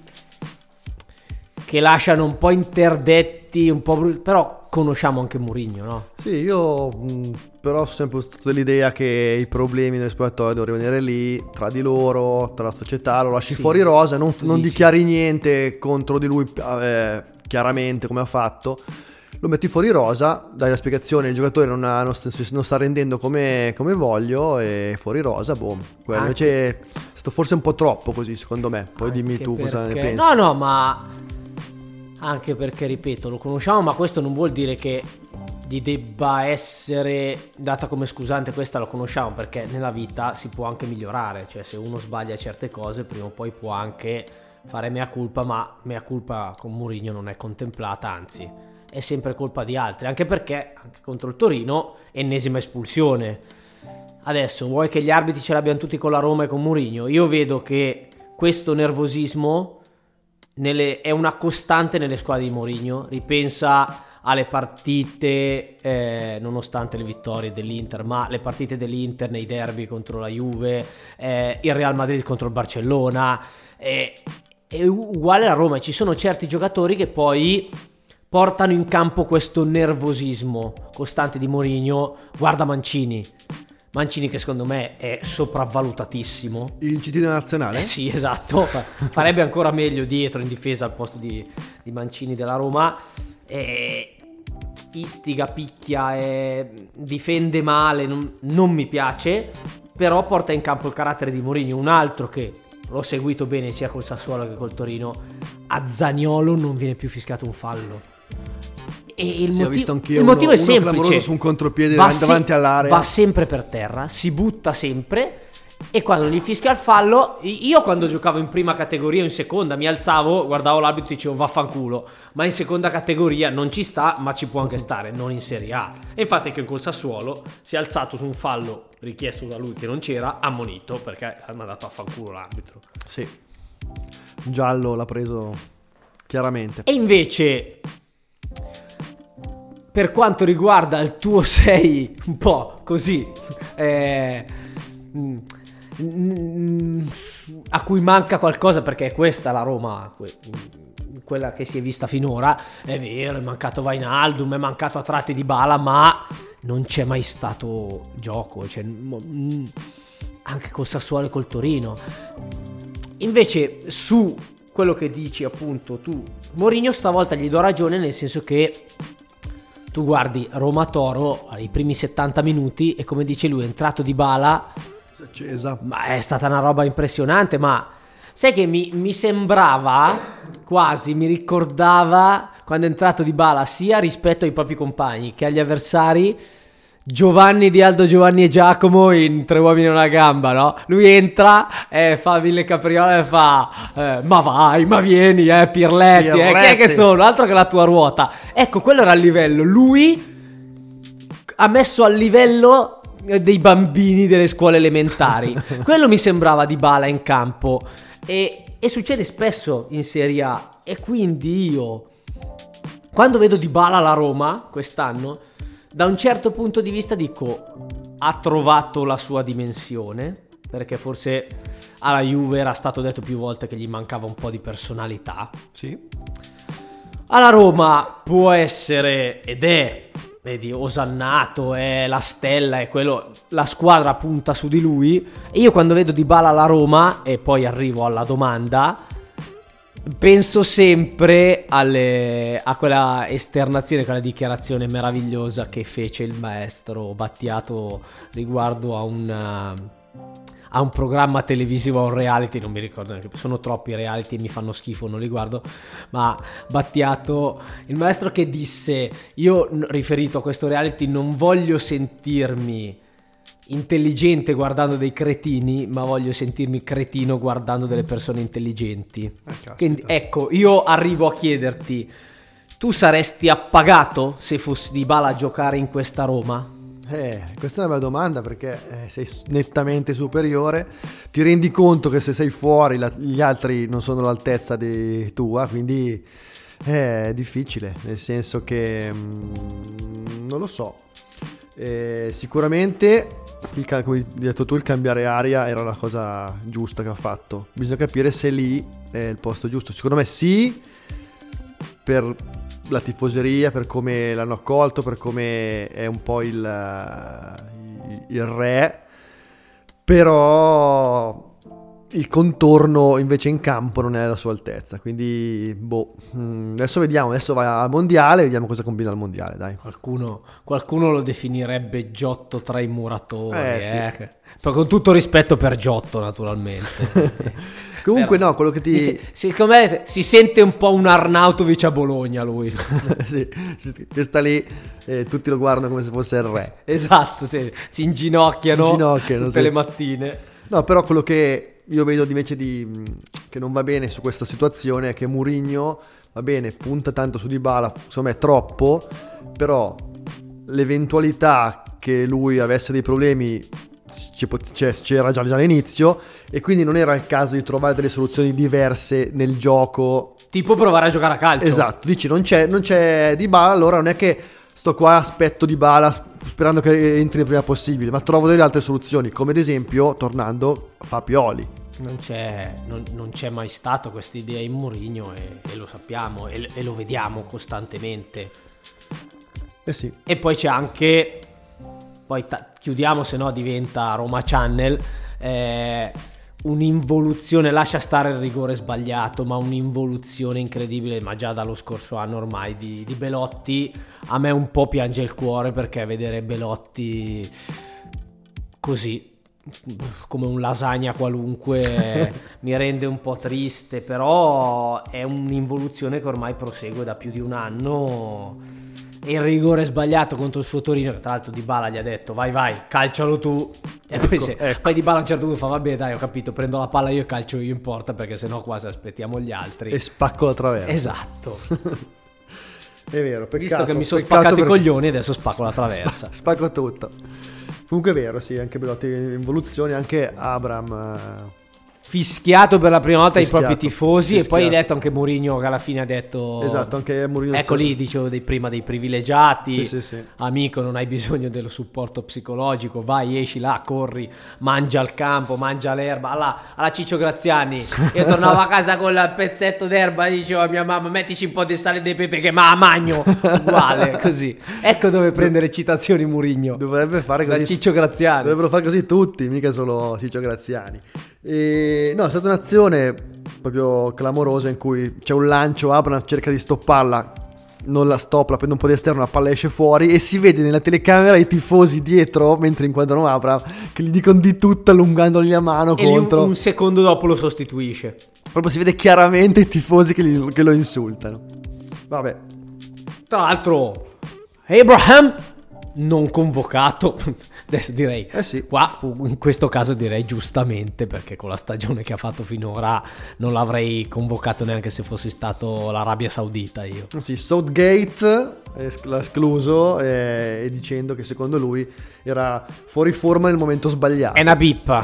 S11: che lasciano un po' interdetti, un po' brutti, però conosciamo anche Mourinho, no?
S8: Sì, io mh, però ho sempre avuto dell'idea che i problemi del spogliatoio devono rimanere lì, tra di loro, tra la società, lo lasci
S11: sì,
S8: fuori rosa, non, non
S11: dici.
S8: dichiari niente contro di lui eh, chiaramente come ha fatto, lo metti fuori rosa, dai la spiegazione, il giocatore non, ha, non, sta, non sta rendendo come, come voglio, e fuori rosa, boom. Quello invece è stato forse un po' troppo così, secondo me. Poi
S11: Anche
S8: dimmi tu
S11: perché...
S8: cosa ne pensi.
S11: No, no, ma anche perché, ripeto, lo conosciamo, ma questo non vuol dire che gli debba essere data come scusante. Questa lo conosciamo, perché nella vita si può anche migliorare, cioè se uno sbaglia certe cose prima o poi può anche fare mea culpa, ma mea culpa con Mourinho non è contemplata, anzi è sempre colpa di altri, anche perché anche contro il Torino ennesima espulsione. Adesso vuoi che gli arbitri ce l'abbiano tutti con la Roma e con Mourinho? Io vedo che questo nervosismo nelle, è una costante nelle squadre di Mourinho. Ripensa alle partite, eh, nonostante le vittorie dell'Inter, ma le partite dell'Inter nei derby contro la Juve, eh, il Real Madrid contro il Barcellona, eh, è uguale alla Roma. Ci sono certi giocatori che poi portano in campo questo nervosismo costante di Mourinho. Guarda Mancini Mancini che secondo me è sopravvalutatissimo.
S8: Il C T nazionale?
S11: Eh sì, esatto. Farebbe ancora meglio dietro in difesa al posto di, di Mancini della Roma. E istiga, picchia, e difende male, non, non mi piace, però porta in campo il carattere di Mourinho. Un altro che l'ho seguito bene sia col Sassuolo che col Torino, a Zaniolo non viene più fischiato un fallo. E il,
S8: sì,
S11: motiv-
S8: visto anch'io
S11: il motivo
S8: uno,
S11: è semplice:
S8: uno su un contropiede
S11: va
S8: davanti
S11: se-
S8: all'area,
S11: va sempre per terra, si butta sempre, e quando gli fischia il fallo, io quando giocavo in prima categoria o in seconda mi alzavo, guardavo l'arbitro e dicevo vaffanculo, ma in seconda categoria non ci sta, ma ci può anche stare, non in Serie A. E infatti che col Sassuolo si è alzato su un fallo richiesto da lui che non c'era, ammonito, perché ha mandato a fanculo l'arbitro.
S8: Sì, giallo l'ha preso chiaramente.
S11: E invece, per quanto riguarda il tuo sei un po' così, eh, a cui manca qualcosa, perché è questa la Roma, quella che si è vista finora. È vero, è mancato Wijnaldum, è mancato a tratti Dybala, ma non c'è mai stato gioco, cioè, anche col Sassuolo e col Torino. Invece su quello che dici appunto tu, Mourinho stavolta gli do ragione, nel senso che tu guardi Roma-Toro ai primi settanta minuti e, come dice lui, è entrato Dybala,
S8: accesa.
S11: Ma è stata una roba impressionante. Ma sai che mi, mi sembrava quasi, mi ricordava quando è entrato Dybala, sia rispetto ai propri compagni che agli avversari, Giovanni di Aldo, Giovanni e Giacomo in Tre uomini e una gamba, no? Lui entra e fa mille capriole e fa eh, ma vai, ma vieni, eh Pirletti,
S8: Pirletti.
S11: Eh, chi è che sono? Altro che la tua ruota. Ecco, quello era il livello. Lui ha messo al livello dei bambini delle scuole elementari. Quello mi sembrava Dybala in campo, e, e succede spesso in Serie A. E quindi io, quando vedo Dybala alla Roma quest'anno, da un certo punto di vista dico ha trovato la sua dimensione, perché forse alla Juve era stato detto più volte che gli mancava un po' di personalità.
S8: Sì.
S11: alla Roma può essere ed è, vedi, osannato, è la stella, è quello, la squadra punta su di lui. E io quando vedo Dybala alla Roma, e poi arrivo alla domanda, penso sempre alle, a quella esternazione, quella dichiarazione meravigliosa che fece il maestro Battiato riguardo a un, a un programma televisivo, a un reality, non mi ricordo neanche, sono troppi reality e mi fanno schifo, non li guardo, ma Battiato, il maestro che disse: io, riferito a questo reality, non voglio sentirmi intelligente guardando dei cretini, ma voglio sentirmi cretino guardando delle persone intelligenti. Eh, Quindi ecco, io arrivo a chiederti: tu saresti appagato se fossi Dybala a giocare in questa Roma?
S8: Eh, questa è una bella domanda, perché eh, sei nettamente superiore, ti rendi conto che se sei fuori la, gli altri non sono all'altezza di tua, quindi eh, è difficile, nel senso che mh, non lo so. Eh, sicuramente il, come hai detto tu, il cambiare aria era la cosa giusta che ha fatto. Bisogna capire se lì è il posto giusto. Secondo me sì, per la tifoseria, per come l'hanno accolto, per come è un po' il, il re, però il contorno invece in campo non è alla sua altezza, quindi boh, adesso vediamo, adesso va al mondiale, vediamo cosa combina al mondiale, dai.
S11: Qualcuno, qualcuno lo definirebbe Giotto tra i muratori,
S8: eh,
S11: eh.
S8: Sì.
S11: Poi con tutto rispetto per Giotto, naturalmente.
S8: Comunque
S11: però,
S8: no, quello che ti...
S11: Si, secondo me si sente un po' un Arnautovic a Bologna lui.
S8: Sì, che sta lì e tutti lo guardano come se fosse il re.
S11: Esatto, sì, si inginocchiano,
S8: inginocchiano
S11: tutte
S8: sì.
S11: le mattine.
S8: No, però quello che io vedo invece di che non va bene su questa situazione è che Mourinho, va bene, punta tanto su Dybala, secondo me troppo, però l'eventualità che lui avesse dei problemi c'era già, già all'inizio, e quindi non era il caso di trovare delle soluzioni diverse nel gioco,
S11: tipo provare a giocare a calcio.
S8: Esatto, dici non c'è, non c'è Dybala, allora non è che sto qua aspetto Dybala sperando che entri il prima possibile, ma trovo delle altre soluzioni, come ad esempio tornando fa Pioli.
S11: Non c'è, non, non c'è mai stato questa idea in Mourinho, e, e lo sappiamo e, e lo vediamo costantemente.
S8: Eh sì.
S11: E poi c'è anche, poi ta- chiudiamo, se no diventa Roma Channel, eh, un'involuzione, lascia stare il rigore sbagliato, ma un'involuzione incredibile, ma già dallo scorso anno ormai, di, di Belotti. A me un po' piange il cuore, perché vedere Belotti così, come un lasagna qualunque, mi rende un po' triste, però è un'involuzione che ormai prosegue da più di un anno. E il rigore sbagliato contro il suo Torino, che tra l'altro Dybala gli ha detto vai vai, calcialo tu, e
S8: ecco,
S11: poi, se,
S8: ecco.
S11: poi Dybala a un certo punto fa vabbè dai, ho capito, prendo la palla io e calcio io in porta, perché sennò qua se aspettiamo gli altri
S8: e spacco la traversa.
S11: Esatto.
S8: È vero, peccato,
S11: visto che mi sono
S8: peccato
S11: spaccato
S8: per...
S11: i coglioni, adesso spacco la traversa.
S8: Spacco tutto. Comunque è vero, sì, anche Belotti in involuzione, anche Abraham
S11: fischiato per la prima volta
S8: fischiato,
S11: ai propri tifosi,
S8: fischiato.
S11: E poi hai detto anche Mourinho che alla fine ha detto
S8: esatto, anche Mourinho,
S11: ecco lì dicevo dei, prima dei privilegiati,
S8: sì, sì, sì.
S11: Amico, non hai bisogno dello supporto psicologico, vai, esci là, corri, mangia il campo, mangia l'erba, alla, alla Ciccio Graziani. Io tornavo a casa con il pezzetto d'erba e dicevo a mia mamma mettici un po' di sale e dei pepe che ma magno, uguale così. Ecco dove prendere citazioni Mourinho,
S8: dovrebbe fare così,
S11: da Ciccio Graziani,
S8: dovrebbero fare così tutti, mica solo Ciccio Graziani. E no, è stata un'azione proprio clamorosa in cui c'è un lancio, Abraham cerca di stopparla, non la stoppa, prende un po' di esterno, la palla esce fuori e si vede nella telecamera i tifosi dietro mentre inquadrano Abraham che gli dicono di tutto allungandogli la mano
S11: e
S8: contro.
S11: Un, un secondo dopo lo sostituisce.
S8: Proprio si vede chiaramente i tifosi che, gli, che lo insultano. Vabbè.
S11: Tra l'altro Abraham non convocato. Adesso direi,
S8: eh sì.
S11: qua in questo caso direi giustamente, perché con la stagione che ha fatto finora non l'avrei convocato neanche se fossi stato l'Arabia Saudita io.
S8: Sì, Southgate l'ha escluso e, e dicendo che secondo lui era fuori forma nel momento sbagliato.
S11: È una bippa.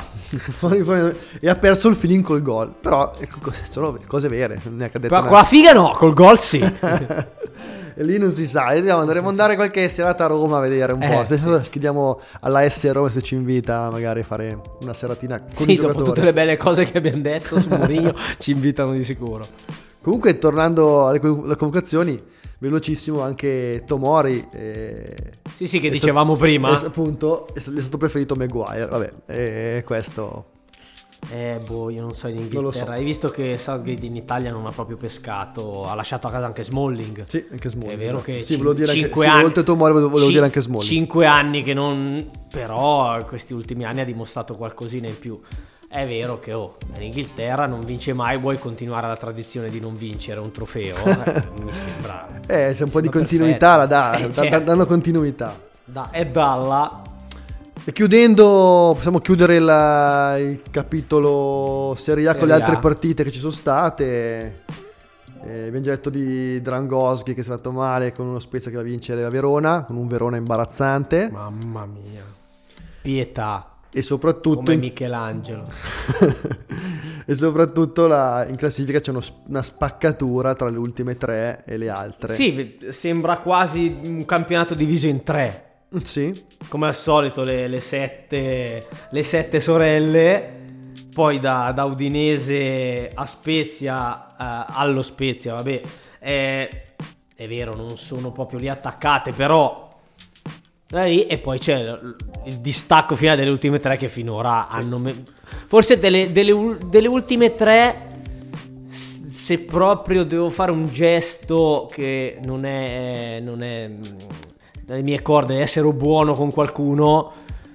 S8: E ha perso il feeling col gol. Però sono cose vere. Non è che ha detto
S11: con la figa no, col gol sì.
S8: E lì non si sa, andremo andare qualche serata a Roma a vedere un po'.
S11: Eh,
S8: Stesso
S11: sì.
S8: chiediamo alla S Roma se ci invita magari a fare una seratina con
S11: sì,
S8: i
S11: dopo
S8: giocatori.
S11: tutte le belle cose che abbiamo detto su Mourinho ci invitano di sicuro.
S8: Comunque, tornando alle, co- alle convocazioni, velocissimo anche Tomori. Eh,
S11: sì, sì, che dicevamo
S8: stato,
S11: prima.
S8: È, appunto, è stato preferito Maguire. Vabbè, eh, questo.
S11: Eh, boh, io non so in Inghilterra.
S8: Non lo so.
S11: Hai visto che Southgate in Italia non ha proprio pescato, ha lasciato a casa anche Smalling.
S8: Sì, anche Smalling.
S11: È vero che
S8: sì,
S11: cin-
S8: dire
S11: cinque
S8: anche,
S11: anni,
S8: sì, oltre Tomori volevo, volevo
S11: ci-
S8: dire anche Smalling.
S11: cinque anni che non, però questi ultimi anni ha dimostrato qualcosina in più. È vero che oh, in Inghilterra non vince mai, vuoi continuare la tradizione di non vincere un trofeo? Eh, mi sembra.
S8: Eh, c'è un po' di
S11: sembra
S8: continuità, la dà,
S11: perfetto. Eh,
S8: da,
S11: certo.
S8: da, danno continuità.
S11: Da, è dalla.
S8: E chiudendo, possiamo chiudere la, il capitolo Serie A
S11: Serie
S8: con le altre
S11: A.
S8: partite che ci sono state. Eh, abbiamo già detto di Drangoschi che si è fatto male con uno Spezia che va a vincere a Verona, con un Verona imbarazzante.
S11: Mamma mia. Pietà.
S8: E soprattutto
S11: come
S8: in...
S11: Michelangelo.
S8: e soprattutto la, in classifica c'è uno, una spaccatura tra le ultime tre e le altre.
S11: Sì, sembra quasi un campionato diviso in tre.
S8: Sì.
S11: Come al solito le, le, sette, le sette sorelle. Poi da, da Udinese a Spezia, eh, allo Spezia, vabbè, è, è vero, non sono proprio lì attaccate, però da lì, e poi c'è il, il distacco finale delle ultime tre che finora sì. hanno me- forse delle, delle, delle ultime tre, se proprio devo fare un gesto che non è non è dalle mie corde, essere buono con qualcuno,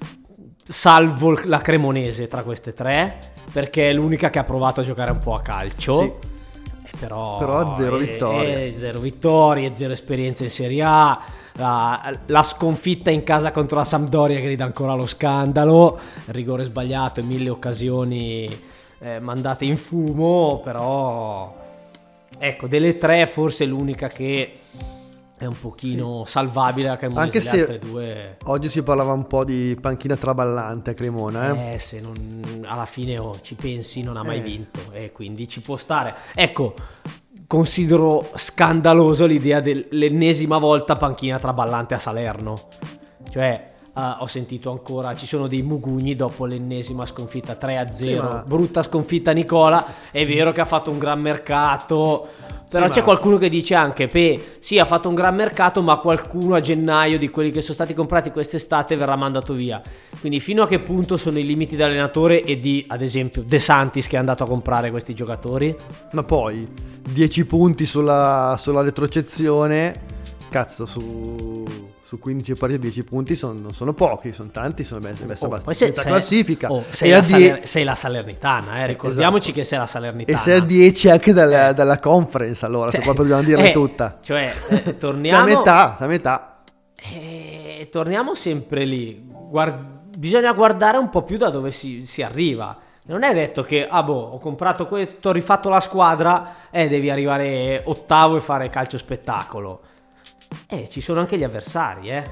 S11: salvo la Cremonese tra queste tre, perché è l'unica che ha provato a giocare un po' a calcio. Sì. Però,
S8: però zero
S11: è,
S8: vittorie
S11: è zero vittorie, zero esperienza in Serie A. La, la sconfitta in casa contro la Sampdoria grida ancora allo scandalo, il rigore sbagliato e mille occasioni eh, mandate in fumo. Però ecco, delle tre forse l'unica che è un pochino sì. salvabile, la Cremonese.
S8: Anche
S11: le
S8: se
S11: altre due
S8: oggi si parlava un po' di panchina traballante a Cremona, eh,
S11: eh se non, alla fine oh, ci pensi, non ha mai
S8: eh.
S11: vinto e quindi ci può stare. Ecco, considero scandaloso l'idea dell'ennesima volta panchina traballante a Salerno. Cioè uh, ho sentito ancora, ci sono dei mugugni dopo l'ennesima sconfitta tre a zero. Sì, ma... brutta sconfitta Nicola. È vero che ha fatto un gran mercato, però sì, c'è ma... qualcuno che dice anche Pe, sì, ha fatto un gran mercato, ma qualcuno a gennaio di quelli che sono stati comprati quest'estate verrà mandato via. Quindi fino a che punto sono i limiti dell'allenatore e di, ad esempio, De Santis che è andato a comprare questi giocatori?
S8: Ma poi dieci punti sulla, sulla retrocessione, cazzo, su, su quindici partite dieci punti son, non sono pochi, sono tanti, sono messi
S11: oh,
S8: a
S11: poi se,
S8: classifica.
S11: Oh, sei,
S8: e
S11: la
S8: a
S11: Saler-
S8: die-
S11: sei la Salernitana, eh, ricordiamoci esatto. che sei la Salernitana.
S8: E sei a dieci anche dalla, eh. dalla conference, allora, se, se proprio dobbiamo dirla
S11: eh,
S8: tutta.
S11: Cioè, eh, torniamo...
S8: sei a metà, sei a metà.
S11: Eh, torniamo sempre lì. Guard- bisogna guardare un po' più da dove si, si arriva. Non è detto che, ah boh, ho comprato questo, ho rifatto la squadra e eh, devi arrivare ottavo e fare calcio spettacolo. Eh, ci sono anche gli avversari, eh.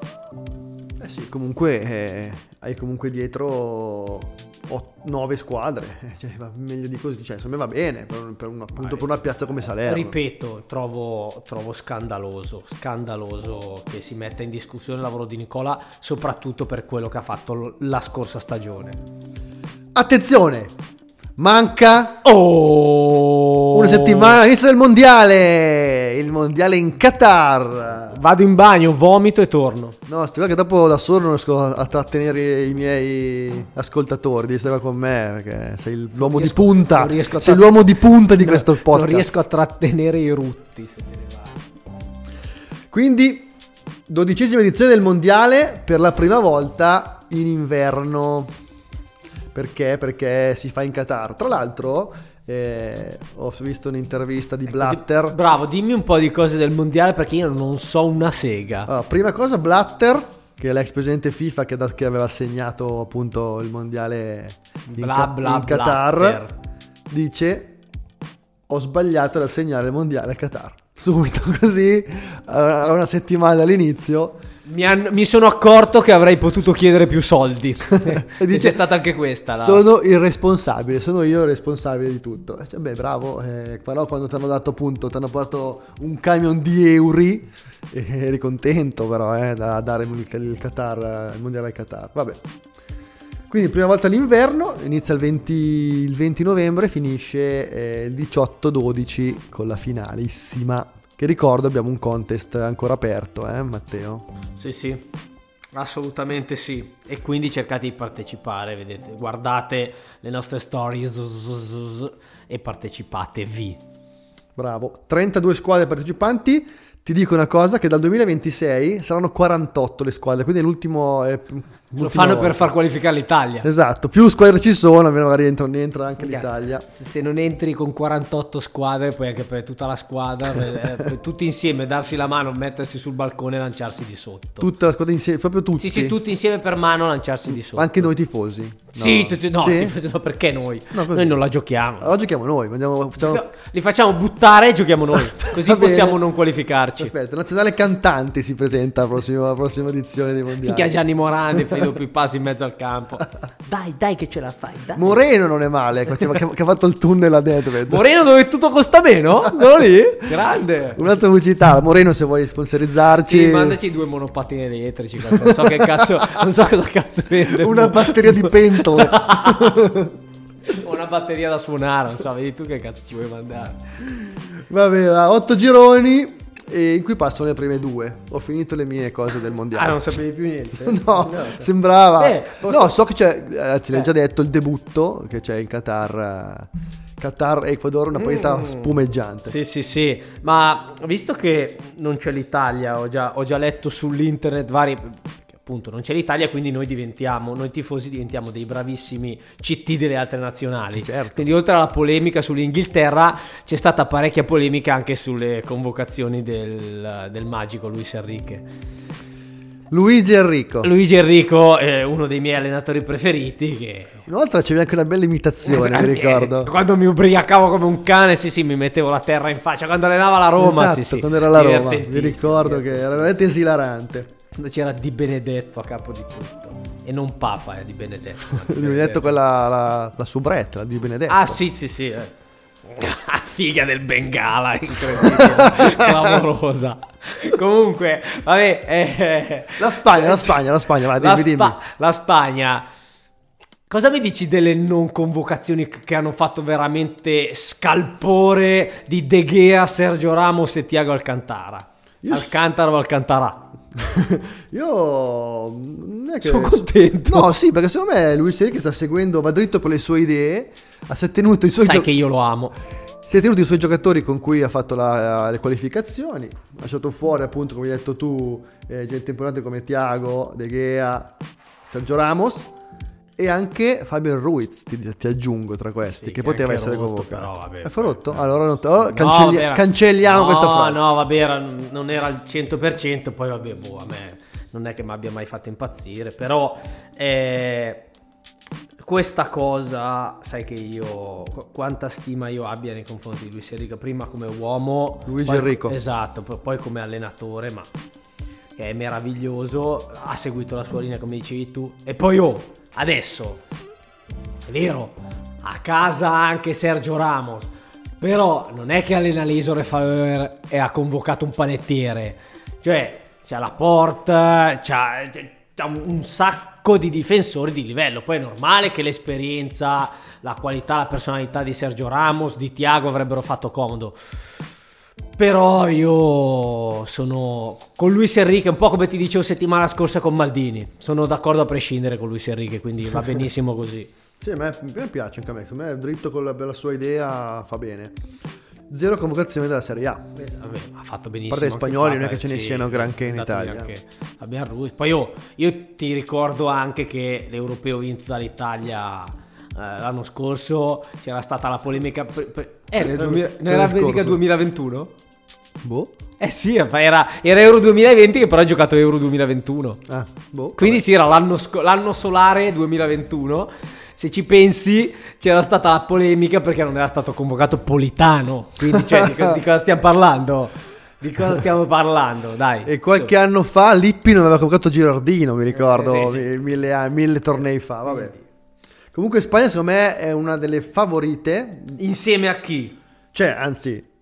S8: Eh sì, comunque eh, hai comunque dietro nove squadre, eh, cioè, va meglio di così, cioè, secondo me va bene per, per un, appunto per una piazza come Salerno.
S11: Ripeto, trovo, trovo scandaloso, scandaloso che si metta in discussione il lavoro di Nicola, soprattutto per quello che ha fatto la scorsa stagione.
S8: Attenzione, manca
S11: oh!
S8: una settimana all'inizio del mondiale, il mondiale in Qatar.
S11: Vado in bagno, vomito e torno.
S8: No, sti qua che dopo da solo non riesco a trattenere i miei ascoltatori, devi stare con me perché sei l'uomo riesco, di punta, sei tratt- l'uomo di punta di no, questo podcast.
S11: Non riesco a trattenere i rutti se te ne vai.
S8: Quindi dodicesima edizione del mondiale per la prima volta in inverno. Perché? Perché si fa in Qatar. Tra l'altro eh, ho visto un'intervista di Blatter.
S11: Ecco, bravo, dimmi un po' di cose del mondiale perché io non so una sega.
S8: Allora, prima cosa Blatter, che è l'ex presidente FIFA che, da, che aveva assegnato appunto il mondiale in,
S11: bla, bla,
S8: in Qatar,
S11: Blatter.
S8: Dice: ho sbagliato ad assegnare il mondiale a Qatar. Subito così, a una settimana dall'inizio.
S11: Mi, hanno, mi sono accorto che avrei potuto chiedere più soldi. E dice, c'è stata anche questa. La...
S8: Sono il responsabile, sono io il responsabile di tutto. E cioè, beh, bravo. Eh, però quando ti hanno dato appunto, ti hanno portato un camion di euro, eh, eri contento però eh, da dare il, il Qatar, il mondiale al Qatar. Vabbè. Quindi prima volta all'inverno, inizia il venti, il venti novembre, finisce eh, il diciotto dodici con la finalissima. Che ricordo abbiamo un contest ancora aperto, eh Matteo?
S11: Sì, sì, assolutamente sì. E quindi cercate di partecipare, vedete, guardate le nostre stories e partecipatevi.
S8: Bravo, trentadue squadre partecipanti. Ti dico una cosa, che dal duemilaventisei saranno quarantotto le squadre, quindi è l'ultimo... È
S11: Lo fanno volta. Per far qualificare l'Italia.
S8: Esatto, più squadre ci sono, almeno magari entra, entra anche yeah. l'Italia.
S11: Se, se non entri con quarantotto squadre, poi anche per tutta la squadra, per, per tutti insieme, darsi la mano, mettersi sul balcone e lanciarsi di sotto.
S8: Tutta la squadra insieme, proprio tutti?
S11: Sì, sì, tutti insieme per mano lanciarsi di sotto.
S8: Anche noi tifosi? No.
S11: Sì, tutti, no, sì? Tifosi, no, perché noi? No, noi non la giochiamo.
S8: La giochiamo noi, andiamo, facciamo...
S11: li facciamo buttare e giochiamo noi, così possiamo non qualificarci.
S8: Perfetto, Nazionale Cantanti si presenta alla prossima, alla prossima edizione dei mondiali.
S11: Minchia Gianni Morandi, fai doppi passi in mezzo al campo. Dai, dai che ce la fai, dai.
S8: Moreno non è male, che, che ha fatto il tunnel a Nedved.
S11: Moreno dove tutto costa meno? Quello lì? Grande.
S8: Un'altra pubblicità, Moreno se vuoi sponsorizzarci.
S11: Sì, mandaci due monopattini elettrici, non so che cazzo, non so cosa cazzo vende.
S8: Una batteria di pentole.
S11: Una batteria da suonare, non so, vedi tu che cazzo ci vuoi mandare.
S8: Vabbè, otto gironi e in cui passano le prime due. Ho finito le mie cose del mondiale.
S11: Ah, non sapevi più niente?
S8: No, no, sembrava eh, posso... No, so che c'è, anzi l'hai già detto, il debutto che c'è in Qatar, Qatar Ecuador, una partita mm. spumeggiante.
S11: Sì, sì, sì. Ma visto che non c'è l'Italia, ho già, ho già letto sull'internet vari... appunto non c'è l'Italia, quindi noi diventiamo, noi tifosi diventiamo dei bravissimi C T delle altre nazionali.
S8: Certo.
S11: Quindi oltre alla polemica sull'Inghilterra c'è stata parecchia polemica anche sulle convocazioni del, del magico Luis Enrique.
S8: Luigi Enrico.
S11: Luigi Enrico è uno dei miei allenatori preferiti. Che...
S8: Una volta c'era anche una bella imitazione,
S11: esatto,
S8: mi ricordo.
S11: Quando mi ubriacavo come un cane, sì sì, mi mettevo la terra in faccia. Quando allenava la Roma,
S8: esatto,
S11: sì sì.
S8: quando era la Roma, mi ricordo che era veramente esilarante.
S11: Quando c'era Di Benedetto a capo di tutto. E non Papa, eh, Di Benedetto.
S8: Di Benedetto, Benedetto quella, la, la soubrette, la Di Benedetto.
S11: Ah sì sì sì, eh. Figa del Bengala, incredibile, clamorosa. Comunque, vabbè, eh,
S8: la Spagna, la Spagna, la Spagna, vai,
S11: la,
S8: dimmi,
S11: Spa-
S8: dimmi.
S11: la Spagna. Cosa mi dici delle non convocazioni che hanno fatto veramente scalpore di De Gea, Sergio Ramos e Thiago Alcantara? Io Alcantara o Alcantarà?
S8: Io non è che...
S11: sono contento.
S8: No, sì, perché secondo me Luis Enrique sta seguendo, va dritto per le sue idee. Ha tenuto i suoi
S11: Sai
S8: gio-
S11: che io lo amo.
S8: Si è tenuto i suoi giocatori con cui ha fatto la, le qualificazioni. Ha lasciato fuori, appunto, come hai detto tu, eh, gente importante come Thiago, De Gea, Sergio Ramos e anche Fabio Ruiz, ti, ti aggiungo tra questi, sì, che, che poteva essere
S11: rotto,
S8: convocato.
S11: Però, vabbè,
S8: è rotto? Allora, no, allora
S11: no,
S8: cancelli-
S11: vabbè,
S8: cancelliamo
S11: no,
S8: questa frase.
S11: No, vabbè, era, non era al cento per cento, poi vabbè, boh, a me non è che mi abbia mai fatto impazzire, però eh, questa cosa, sai che io, quanta stima io abbia nei confronti di Luis Enrico, prima come uomo,
S8: Luigi
S11: poi,
S8: Enrico.
S11: Esatto, poi come allenatore, ma che è meraviglioso, ha seguito la sua linea come dicevi tu, e poi oh, adesso, è vero, a casa anche Sergio Ramos, però non è che allena l'Isole e ha convocato un panettiere, cioè c'ha la Porta, c'ha, c'ha un sacco di difensori di livello, poi è normale che l'esperienza, la qualità, la personalità di Sergio Ramos, di Thiago avrebbero fatto comodo, però io sono con Luis Enrique, un po' come ti dicevo settimana scorsa con Maldini, sono d'accordo a prescindere con Luis Enrique, quindi va benissimo così.
S8: Sì, a me, a me piace anche a me, secondo me è dritto con la, la sua idea, fa bene. Zero convocazione della Serie A.
S11: Vabbè, ha fatto benissimo.
S8: A parte gli spagnoli, non è che
S11: eh,
S8: ce ne
S11: sì,
S8: siano granché in Italia.
S11: Abbiamo Ruiz. Poi io, io ti ricordo anche che l'europeo vinto dall'Italia eh, l'anno scorso c'era stata la polemica. Per, per, eh, nel duemila, non era Benedica duemilaventuno?
S8: Boh.
S11: Eh sì, era, era Euro duemilaventi che però ha giocato Euro duemilaventuno.
S8: Ah, boh.
S11: Quindi
S8: vabbè.
S11: sì, era l'anno, sco- l'anno solare duemilaventuno. Se ci pensi, c'era stata la polemica perché non era stato convocato Politano. Quindi, cioè, di, co- di cosa stiamo parlando? Di cosa stiamo parlando? Dai.
S8: E qualche so. anno fa Lippi non aveva convocato Girardino, mi ricordo,
S11: eh, sì, sì.
S8: Mille, mille tornei fa. Vabbè. Comunque Spagna, secondo me, è una delle favorite.
S11: Insieme a chi?
S8: Cioè, anzi,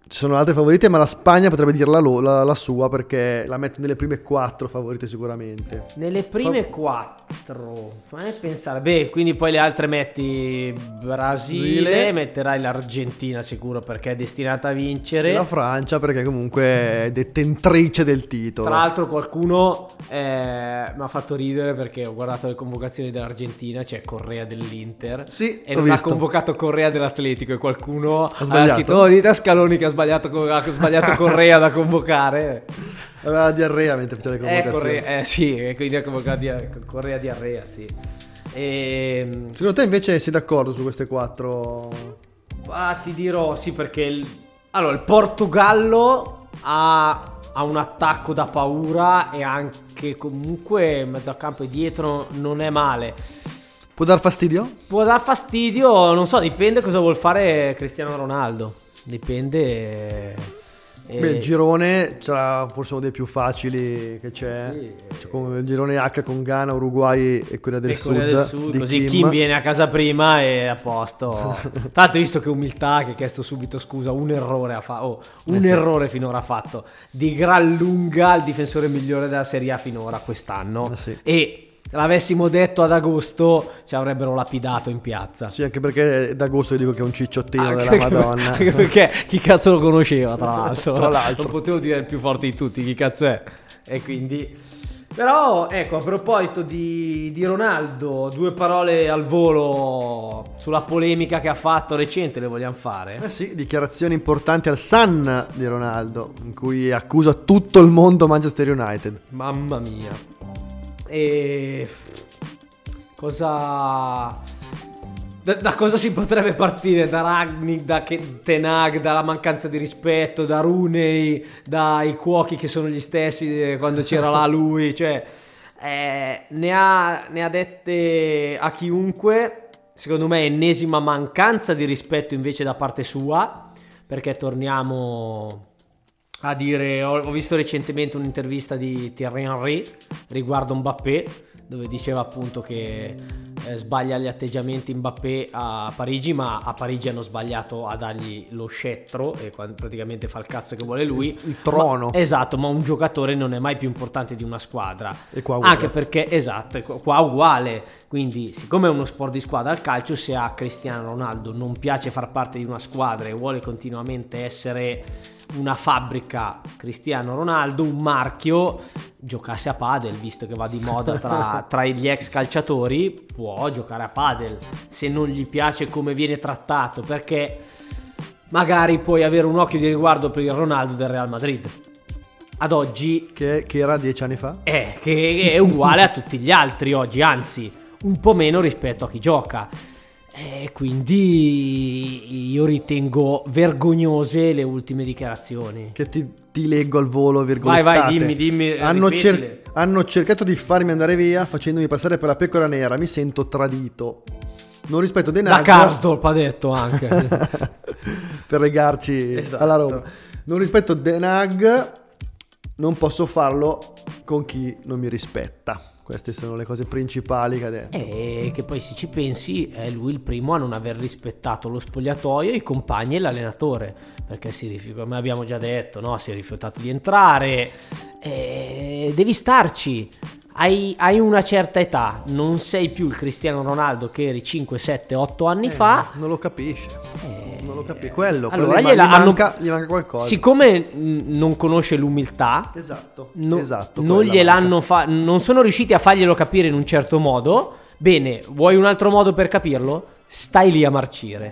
S8: Ci sono altre favorite, ma la Spagna potrebbe dirla lo, la, la sua, perché la metto nelle prime quattro favorite sicuramente.
S11: Nelle prime
S8: Fa...
S11: quattro, fammi pensare. Beh, quindi poi le altre metti Brasile, Zile. Metterai l'Argentina sicuro perché è destinata a vincere.
S8: E la Francia perché comunque è detentrice del titolo.
S11: Tra l'altro qualcuno eh, mi ha fatto ridere perché ho guardato le convocazioni dell'Argentina, c'è Correa dell'Inter.
S8: Sì,
S11: e non
S8: visto.
S11: Ha convocato Correa dell'Atletico e qualcuno
S8: ha sbagliato.
S11: Ha scritto: oh, dite a Scaloni che ha sbagliato, ha sbagliato Correa da convocare.
S8: Aveva la diarrea mentre faceva le
S11: Eh,
S8: convocazioni.
S11: Correa, eh sì, e quindi ha convocato dia- Correa diarrea, sì. E...
S8: Secondo te invece sei d'accordo su queste quattro?
S11: Ah, ti dirò, sì, perché il... allora il Portogallo ha, ha un attacco da paura e anche comunque in mezzo al campo e dietro non è male.
S8: Può dar fastidio?
S11: Può dar fastidio, non so, dipende cosa vuol fare Cristiano Ronaldo. Dipende. E...
S8: Beh, il girone sarà forse uno dei più facili che c'è.
S11: Sì.
S8: C'è con il girone H con Ghana, Uruguay e Corea del
S11: e
S8: Sud.
S11: Corea del Sud così
S8: Kim.
S11: Kim viene a casa prima e a posto. Tra l'altro, visto che umiltà, che ha chiesto subito scusa, un errore ha fatto. Oh, un
S8: eh sì.
S11: errore finora ha fatto. Di gran lunga il difensore migliore della Serie A finora quest'anno.
S8: Eh sì.
S11: E l'avessimo detto ad agosto ci avrebbero lapidato in piazza.
S8: Sì, anche perché d'agosto io dico che è un cicciottino
S11: anche
S8: della
S11: perché,
S8: Madonna.
S11: Anche perché chi cazzo lo conosceva, tra l'altro.
S8: Tra l'altro.
S11: Non potevo dire il più forte di tutti, chi cazzo è. E quindi... Però, ecco, a proposito di, di Ronaldo, due parole al volo sulla polemica che ha fatto recente, le vogliamo fare?
S8: Eh sì, dichiarazioni importanti al Sun di Ronaldo, in cui accusa tutto il mondo Manchester United.
S11: Mamma mia. E cosa da, da cosa si potrebbe partire? Da Ragnick, da Ten Hag, dalla mancanza di rispetto, da Rooney, dai cuochi che sono gli stessi quando c'era là lui, cioè eh, ne ha ne ha dette a chiunque. Secondo me ennesima mancanza di rispetto invece da parte sua, perché torniamo a dire, ho, ho visto recentemente un'intervista di Thierry Henry riguardo Mbappé, dove diceva appunto che eh, sbaglia gli atteggiamenti Mbappé a Parigi, ma a Parigi hanno sbagliato a dargli lo scettro e praticamente fa il cazzo che vuole lui,
S8: il, il trono.
S11: Ma, esatto, ma un giocatore non è mai più importante di una squadra,
S8: e qua uguale.
S11: Anche perché, esatto, qua uguale, quindi siccome è uno sport di squadra al calcio, se a Cristiano Ronaldo non piace far parte di una squadra e vuole continuamente essere una fabbrica Cristiano Ronaldo, un marchio, giocasse a padel, visto che va di moda tra, tra gli ex calciatori, può giocare a padel se non gli piace come viene trattato, perché magari puoi avere un occhio di riguardo per il Ronaldo del Real Madrid ad oggi,
S8: che, che era dieci anni fa,
S11: è, che è uguale a tutti gli altri oggi, anzi un po' meno rispetto a chi gioca. E quindi io ritengo vergognose le ultime dichiarazioni.
S8: Che ti, ti leggo al volo, virgolettate.
S11: Vai, vai, dimmi, dimmi.
S8: Hanno, cer- hanno cercato di farmi andare via facendomi passare per la pecora nera. Mi sento tradito. Non rispetto Ten Hag.
S11: Da Karsdorp ha detto anche.
S8: Per legarci
S11: esatto.
S8: alla Roma. Non rispetto Ten Hag, non posso farlo con chi non mi rispetta. Queste sono le cose principali che ha detto.
S11: E che poi se ci pensi è lui il primo a non aver rispettato lo spogliatoio, i compagni e l'allenatore, perché si rifiuta, come abbiamo già detto, no? Si è rifiutato di entrare. E devi starci. Hai, hai una certa età, non sei più il Cristiano Ronaldo che eri cinque, sette, otto anni
S8: eh,
S11: fa.
S8: Non lo capisce.
S11: Eh,
S8: non lo capisce. Quello,
S11: allora
S8: quello
S11: gliela
S8: gli, manca,
S11: hanno,
S8: gli manca qualcosa.
S11: Siccome mh, non conosce l'umiltà,
S8: esatto,
S11: no,
S8: esatto
S11: non gliel'hanno fa- non sono riusciti a farglielo capire in un certo modo. Bene, vuoi un altro modo per capirlo? Stai lì a marcire.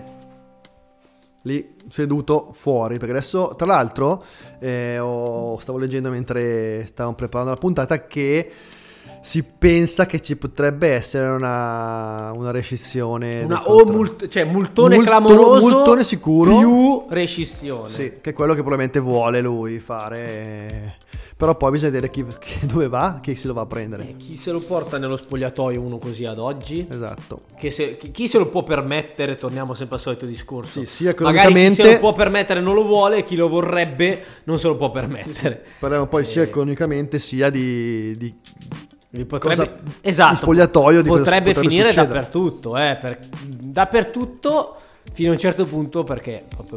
S8: Lì seduto fuori, perché adesso tra l'altro eh, ho, stavo leggendo mentre stavamo preparando la puntata che si pensa che ci potrebbe essere una, una rescissione,
S11: una o mult- cioè multone
S8: Multo,
S11: clamoroso,
S8: multone sicuro,
S11: più rescissione.
S8: Sì, che è quello che probabilmente vuole lui fare. Però poi bisogna vedere chi, chi, dove va, chi se lo va a prendere.
S11: Eh, chi se lo porta nello spogliatoio uno così ad oggi?
S8: Esatto.
S11: Che se, chi, chi se lo può permettere, torniamo sempre al solito discorso.
S8: Sì, sia economicamente,
S11: magari chi se lo può permettere non lo vuole, chi lo vorrebbe non se lo può permettere.
S8: Parliamo poi
S11: eh.
S8: sia economicamente sia di... di
S11: potrebbe,
S8: cosa,
S11: esatto,
S8: di spogliatoio, di
S11: potrebbe,
S8: potrebbe
S11: finire
S8: succedere.
S11: dappertutto, eh, per, dappertutto fino a un certo punto, perché proprio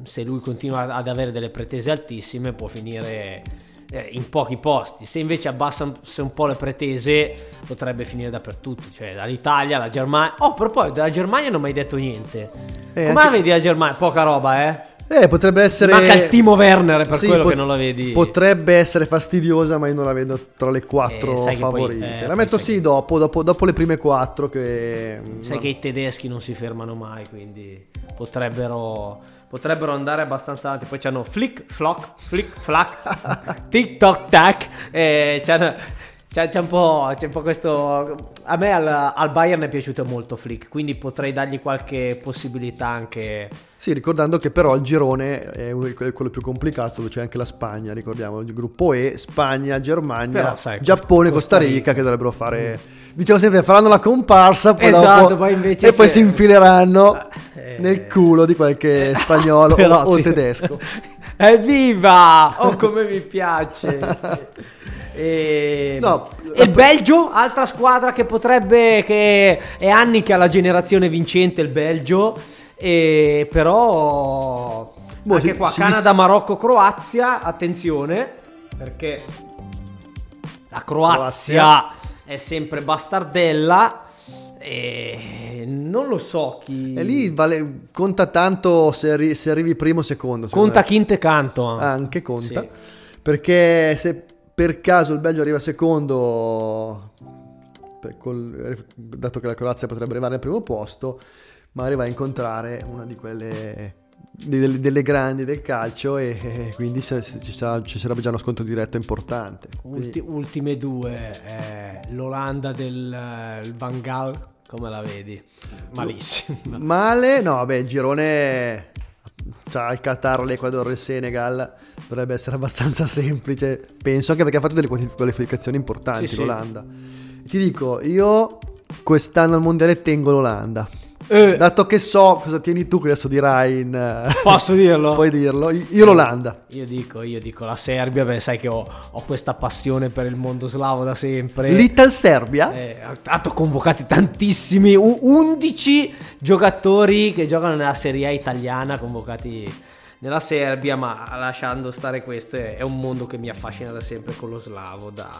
S11: se lui continua ad avere delle pretese altissime può finire eh, in pochi posti. Se invece abbassa un po' le pretese potrebbe finire dappertutto, cioè dall'Italia alla Germania. Oh, per poi della Germania non ho mai detto niente.
S8: Eh,
S11: Come
S8: anche...
S11: la vedi la Germania? Poca roba, eh?
S8: Eh, potrebbe essere...
S11: Manca il Timo Werner, per
S8: sì,
S11: quello
S8: pot-
S11: che non la vedi.
S8: Potrebbe essere fastidiosa, ma io non la vedo tra le quattro
S11: eh,
S8: favorite.
S11: Poi, eh,
S8: la metto sì
S11: che...
S8: dopo, dopo, dopo le prime quattro che...
S11: Sai che i tedeschi non si fermano mai, quindi potrebbero, potrebbero andare abbastanza avanti. Poi c'hanno flick, flock, flick, flack, tic toc tac, eh, c'hanno... C'è, c'è, un po', c'è un po' questo. A me al, al Bayern è piaciuto molto Flick, quindi potrei dargli qualche possibilità anche.
S8: Sì, ricordando che però il girone è uno, quello più complicato, dove c'è anche la Spagna, ricordiamo, il gruppo E, Spagna, Germania, però, sai, Giappone, Costa Rica, Costa Rica che dovrebbero fare. Mm. Diciamo sempre, faranno la comparsa, poi
S11: esatto,
S8: dopo,
S11: poi invece
S8: e poi
S11: se...
S8: si infileranno
S11: eh...
S8: nel culo di qualche spagnolo o, o
S11: sì.
S8: tedesco.
S11: Evviva! Oh, come mi piace! E...
S8: No,
S11: e il Belgio, altra squadra che potrebbe, che è anni che ha la generazione vincente, il Belgio, e però boh, anche
S8: si,
S11: qua
S8: si
S11: Canada, Marocco, Croazia, attenzione, perché la Croazia, Croazia è sempre bastardella e non lo so chi.
S8: E lì vale, conta tanto se, arri- se arrivi primo o secondo.
S11: Conta quinte canto.
S8: Anche conta,
S11: sì.
S8: Perché se per caso il Belgio arriva secondo, per col, dato che la Croazia potrebbe arrivare al primo posto, magari va a incontrare una di quelle delle, delle grandi del calcio e, e quindi se, se ci, sarà, ci sarebbe già uno scontro diretto importante.
S11: Ulti, ultime due, eh, l'Olanda del uh, Van Gaal, come la vedi? Malissimo.
S8: Male, no, vabbè, il girone tra il Qatar, l'Ecuador e il Senegal dovrebbe essere abbastanza semplice, penso, anche perché ha fatto delle qualificazioni importanti, sì, l'Olanda. Sì. Ti dico, io quest'anno al mondiale tengo l'Olanda. Eh. Dato che so cosa tieni tu, che adesso dirai in...
S11: Posso dirlo?
S8: Puoi dirlo. Io l'Olanda.
S11: Io dico, io dico la Serbia, beh, sai che ho, ho questa passione per il mondo slavo da sempre.
S8: Little Serbia?
S11: Eh, hanno convocati tantissimi, undici giocatori che giocano nella Serie A italiana, convocati nella Serbia, ma lasciando stare questo, è, è un mondo che mi affascina da sempre con lo slavo, da,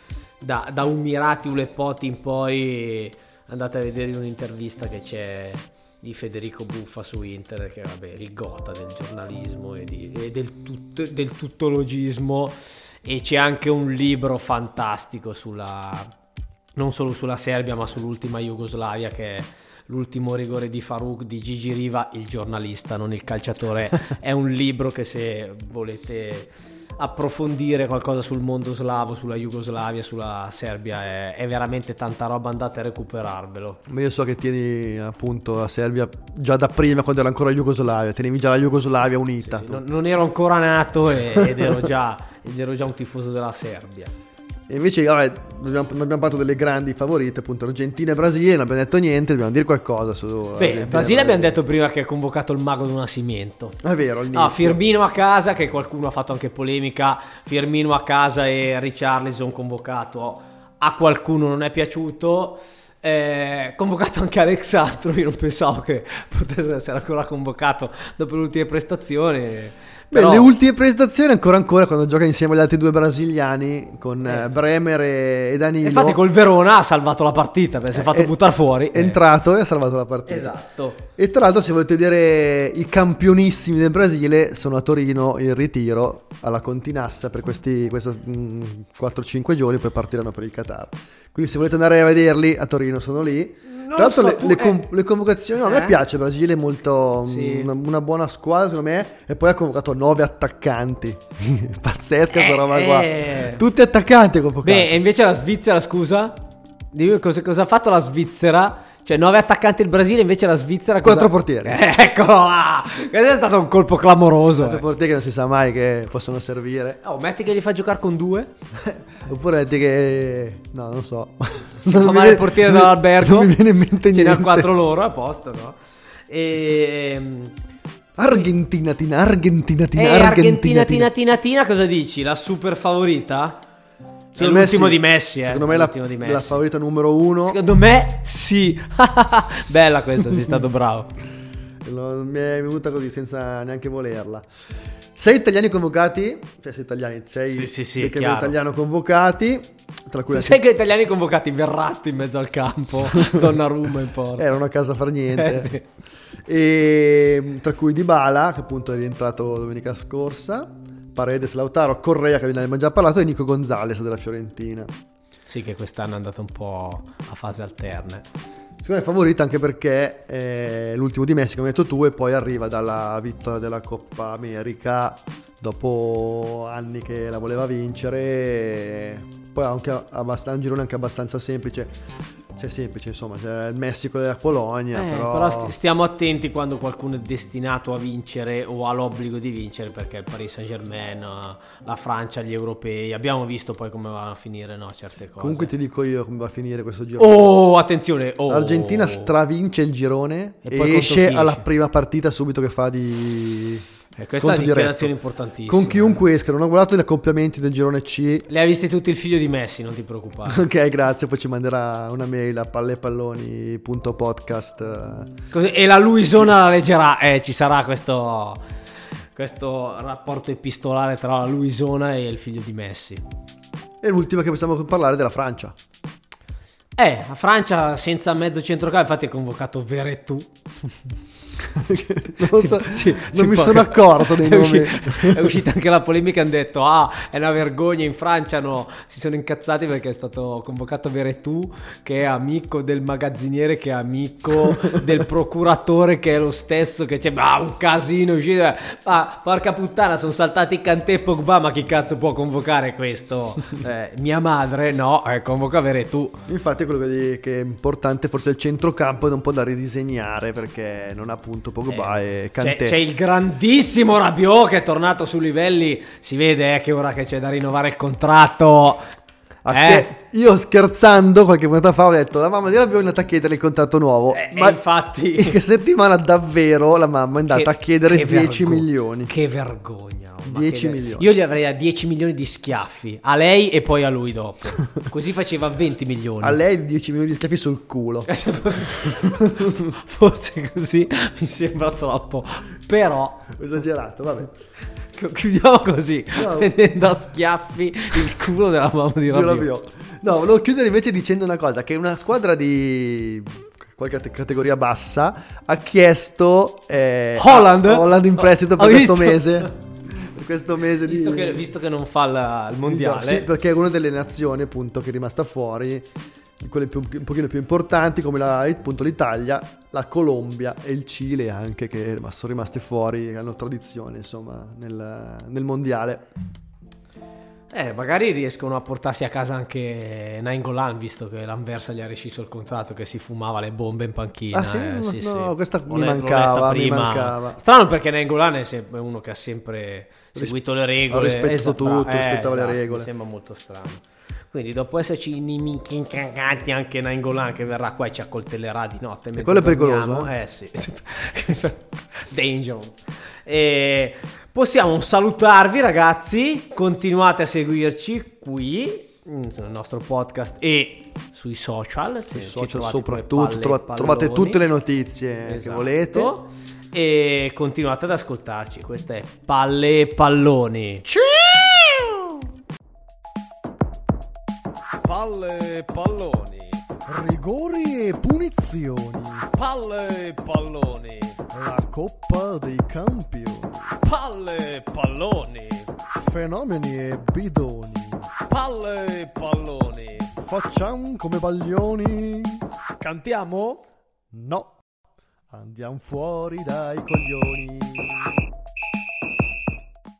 S11: da, da Umirati Ulepoti in poi. Andate a vedere un'intervista che c'è di Federico Buffa su Internet, che vabbè, il gota del giornalismo e, di, e del, tut, del tuttologismo, e c'è anche un libro fantastico sulla, non solo sulla Serbia ma sull'ultima Jugoslavia, che è L'ultimo rigore di Faruk di Gigi Riva, il giornalista, non il calciatore. È un libro che, se volete approfondire qualcosa sul mondo slavo, sulla Jugoslavia, sulla Serbia, è, è veramente tanta roba, andate a recuperarvelo.
S8: Ma io so che tieni appunto la Serbia già da prima, quando era ancora Jugoslavia, tenevi già la Jugoslavia unita.
S11: Sì, sì, non, non ero ancora nato e, ed, ero già, ed ero già un tifoso della Serbia.
S8: E invece vabbè, abbiamo, abbiamo parlato delle grandi favorite, appunto Argentina e Brasile, non abbiamo detto niente, dobbiamo dire qualcosa su
S11: Beh, Brasile abbiamo detto prima che ha convocato il mago di Nascimento.
S8: È vero,
S11: ah, Firmino a casa, che qualcuno ha fatto anche polemica, Firmino a casa e Richarlison convocato, a qualcuno non è piaciuto. Eh, convocato anche Alexandro, io non pensavo che potesse essere ancora convocato dopo le ultime prestazioni. Però...
S8: Beh, le ultime prestazioni ancora ancora quando gioca insieme agli altri due brasiliani con eh, Bremer e, e Danilo.
S11: Infatti col Verona ha salvato la partita perché si è fatto
S8: è,
S11: buttare fuori.
S8: È entrato e ha salvato la partita.
S11: Esatto.
S8: E tra l'altro, se volete vedere i campionissimi del Brasile, sono a Torino in ritiro alla Continassa per questi, questi quattro cinque giorni, poi partiranno per il Qatar. Quindi se volete andare a vederli, a Torino sono lì.
S11: Non
S8: Tra l'altro
S11: so,
S8: le,
S11: tu,
S8: le,
S11: eh.
S8: com- le convocazioni, no, a me
S11: eh?
S8: piace, il Brasile è molto
S11: sì.
S8: una, una buona squadra secondo me, e poi ha convocato nove attaccanti. Pazzesca questa
S11: eh,
S8: roba qua.
S11: Eh.
S8: Tutti attaccanti convocati.
S11: Beh, e invece la Svizzera, scusa? Dimmi cosa, cosa ha fatto la Svizzera? Cioè nove attaccanti il Brasile, invece la Svizzera cosa...
S8: Quattro portieri.
S11: Eh, eccolo là! Questo è stato un colpo clamoroso.
S8: Quattro
S11: eh.
S8: portieri che non si sa mai che possono servire.
S11: Oh, metti che li fa giocare con due.
S8: Oppure metti che... no, non so.
S11: Si fa male il portiere dall'albergo.
S8: Non mi viene in mente niente.
S11: Ce ne ha quattro loro, a posto, no? E...
S8: Argentina, tina, Argentina, tina,
S11: eh,
S8: Argentina,
S11: Argentina, tina, tina, tina, cosa dici? La super favorita? È l'ultimo di Messi, eh.
S8: Secondo me la,
S11: di Messi.
S8: la favorita numero uno.
S11: Secondo me sì. Bella questa, sei stato bravo.
S8: Non mi è venuta così senza neanche volerla. Sei italiani convocati, cioè sei italiani, sei
S11: sì, sì, sì,
S8: perché italiano convocati, tra cui
S11: sai che italiani convocati, Verratti in mezzo al campo, Donnarumma in porta.
S8: Era una casa a far niente.
S11: Eh, sì.
S8: E tra cui Dybala, che appunto è rientrato domenica scorsa, Paredes, Lautaro, Correa, che abbiamo già parlato, e Nico Gonzalez della Fiorentina.
S11: Sì, che quest'anno è andato un po' a fase alterne.
S8: Secondo me è favorita anche perché è l'ultimo di Messi, come hai detto tu, e poi arriva dalla vittoria della Coppa America dopo anni che la voleva vincere. Poi ha anche abbastanza, un girone anche abbastanza semplice. Cioè semplice, insomma, c'è il Messico e la Polonia,
S11: eh,
S8: però...
S11: però st- stiamo attenti quando qualcuno è destinato a vincere o ha l'obbligo di vincere, perché il Paris Saint-Germain, la Francia, gli europei, abbiamo visto poi come vanno a finire, no, certe cose.
S8: Comunque ti dico io come va a finire questo girone.
S11: Oh, attenzione! Oh.
S8: L'Argentina stravince il girone e, e esce alla prima partita subito che fa di...
S11: Eh, questa è un'internazione importantissima.
S8: Con chiunque esca, non ho guardato gli accoppiamenti del girone C.
S11: Le ha viste tutti il figlio di Messi, non ti preoccupare.
S8: Ok, grazie, poi ci manderà una mail a pallepalloni punto podcast.
S11: Così, e la Luisona la leggerà, eh, ci sarà questo, questo rapporto epistolare tra la Luisona e il figlio di Messi.
S8: E l'ultima che possiamo parlare è della Francia.
S11: Eh, la Francia senza mezzo centrocampo, infatti è convocato Veretout.
S8: non so,
S11: sì, sì,
S8: non mi
S11: può...
S8: sono accorto dei
S11: è
S8: nomi.
S11: Uscita, è uscita anche la polemica, hanno detto ah è una vergogna, in Francia no, si sono incazzati perché è stato convocato Veretout, che è amico del magazziniere, che è amico del procuratore, che è lo stesso, che c'è ah, un casino uscito. Ah, porca puttana, sono saltati Kanté e Pogba, ma chi cazzo può convocare questo? Eh, mia madre no, eh, convoca Veretout.
S8: Infatti quello che, che è importante forse il centrocampo è un po' da ridisegnare, perché non ha appunto Pogba eh, e Kanté.
S11: C'è, c'è il grandissimo Rabiot che è tornato su livelli, si vede eh, che ora che c'è da rinnovare il contratto. Eh.
S8: Io scherzando qualche puntata fa ho detto la mamma di Rabiot è andata a chiedere il contratto nuovo,
S11: eh,
S8: ma
S11: infatti
S8: in che settimana davvero la mamma è andata
S11: che,
S8: a chiedere dieci
S11: vergogna,
S8: milioni.
S11: Che vergogna.
S8: dieci milioni.
S11: Io gli avrei dato dieci milioni di schiaffi a lei e poi a lui dopo. Così faceva venti milioni.
S8: A lei dieci milioni di schiaffi sul culo.
S11: Forse così mi sembra troppo. Però
S8: esagerato, vabbè.
S11: Chiudiamo così, no. Prendendo a schiaffi il culo della mamma di Rabiot.
S8: No, volevo chiudere invece dicendo una cosa, che una squadra di qualche categoria bassa ha chiesto eh,
S11: Holland?
S8: Holland in prestito per questo mese. Questo mese
S11: visto,
S8: di...
S11: che, visto che non fa la, il mondiale.
S8: Sì, perché è una delle nazioni appunto che è rimasta fuori, quelle più, un pochino più importanti, come la, appunto l'Italia, la Colombia e il Cile anche, che sono rimaste fuori, che hanno tradizione insomma nel, nel mondiale.
S11: Eh, magari riescono a portarsi a casa anche Nainggolan, visto che l'Anversa gli ha rescisso il contratto, che si fumava le bombe in panchina.
S8: Ah sì?
S11: Eh,
S8: no,
S11: sì,
S8: no
S11: sì.
S8: questa
S11: Non
S8: mi
S11: è,
S8: mancava, mi mancava.
S11: Strano, perché Nainggolan è sempre uno che ha sempre seguito le regole.
S8: Ha rispettato
S11: esatto,
S8: tutto,
S11: eh,
S8: rispettava
S11: esatto,
S8: le regole.
S11: Mi sembra molto strano. Quindi dopo esserci incagati anche Nainggolan, che verrà qua e ci accoltellerà di notte.
S8: E quello è pericoloso?
S11: Eh, eh sì. Dangerous. E possiamo salutarvi ragazzi, continuate a seguirci qui sul nostro podcast e sui social,
S8: sui
S11: se
S8: social
S11: trovate
S8: soprattutto
S11: palle,
S8: trovate, trovate tutte le notizie
S11: esatto.
S8: che volete,
S11: e continuate ad ascoltarci. Questa è Palle e Palloni.
S9: Ciao! Palle e palloni,
S8: rigori e punizioni,
S9: palle e palloni,
S8: la Coppa dei Campioni,
S9: palle e palloni,
S8: fenomeni e bidoni,
S9: palle e palloni,
S8: facciamo come baglioni,
S9: cantiamo?
S8: No, andiamo fuori dai coglioni.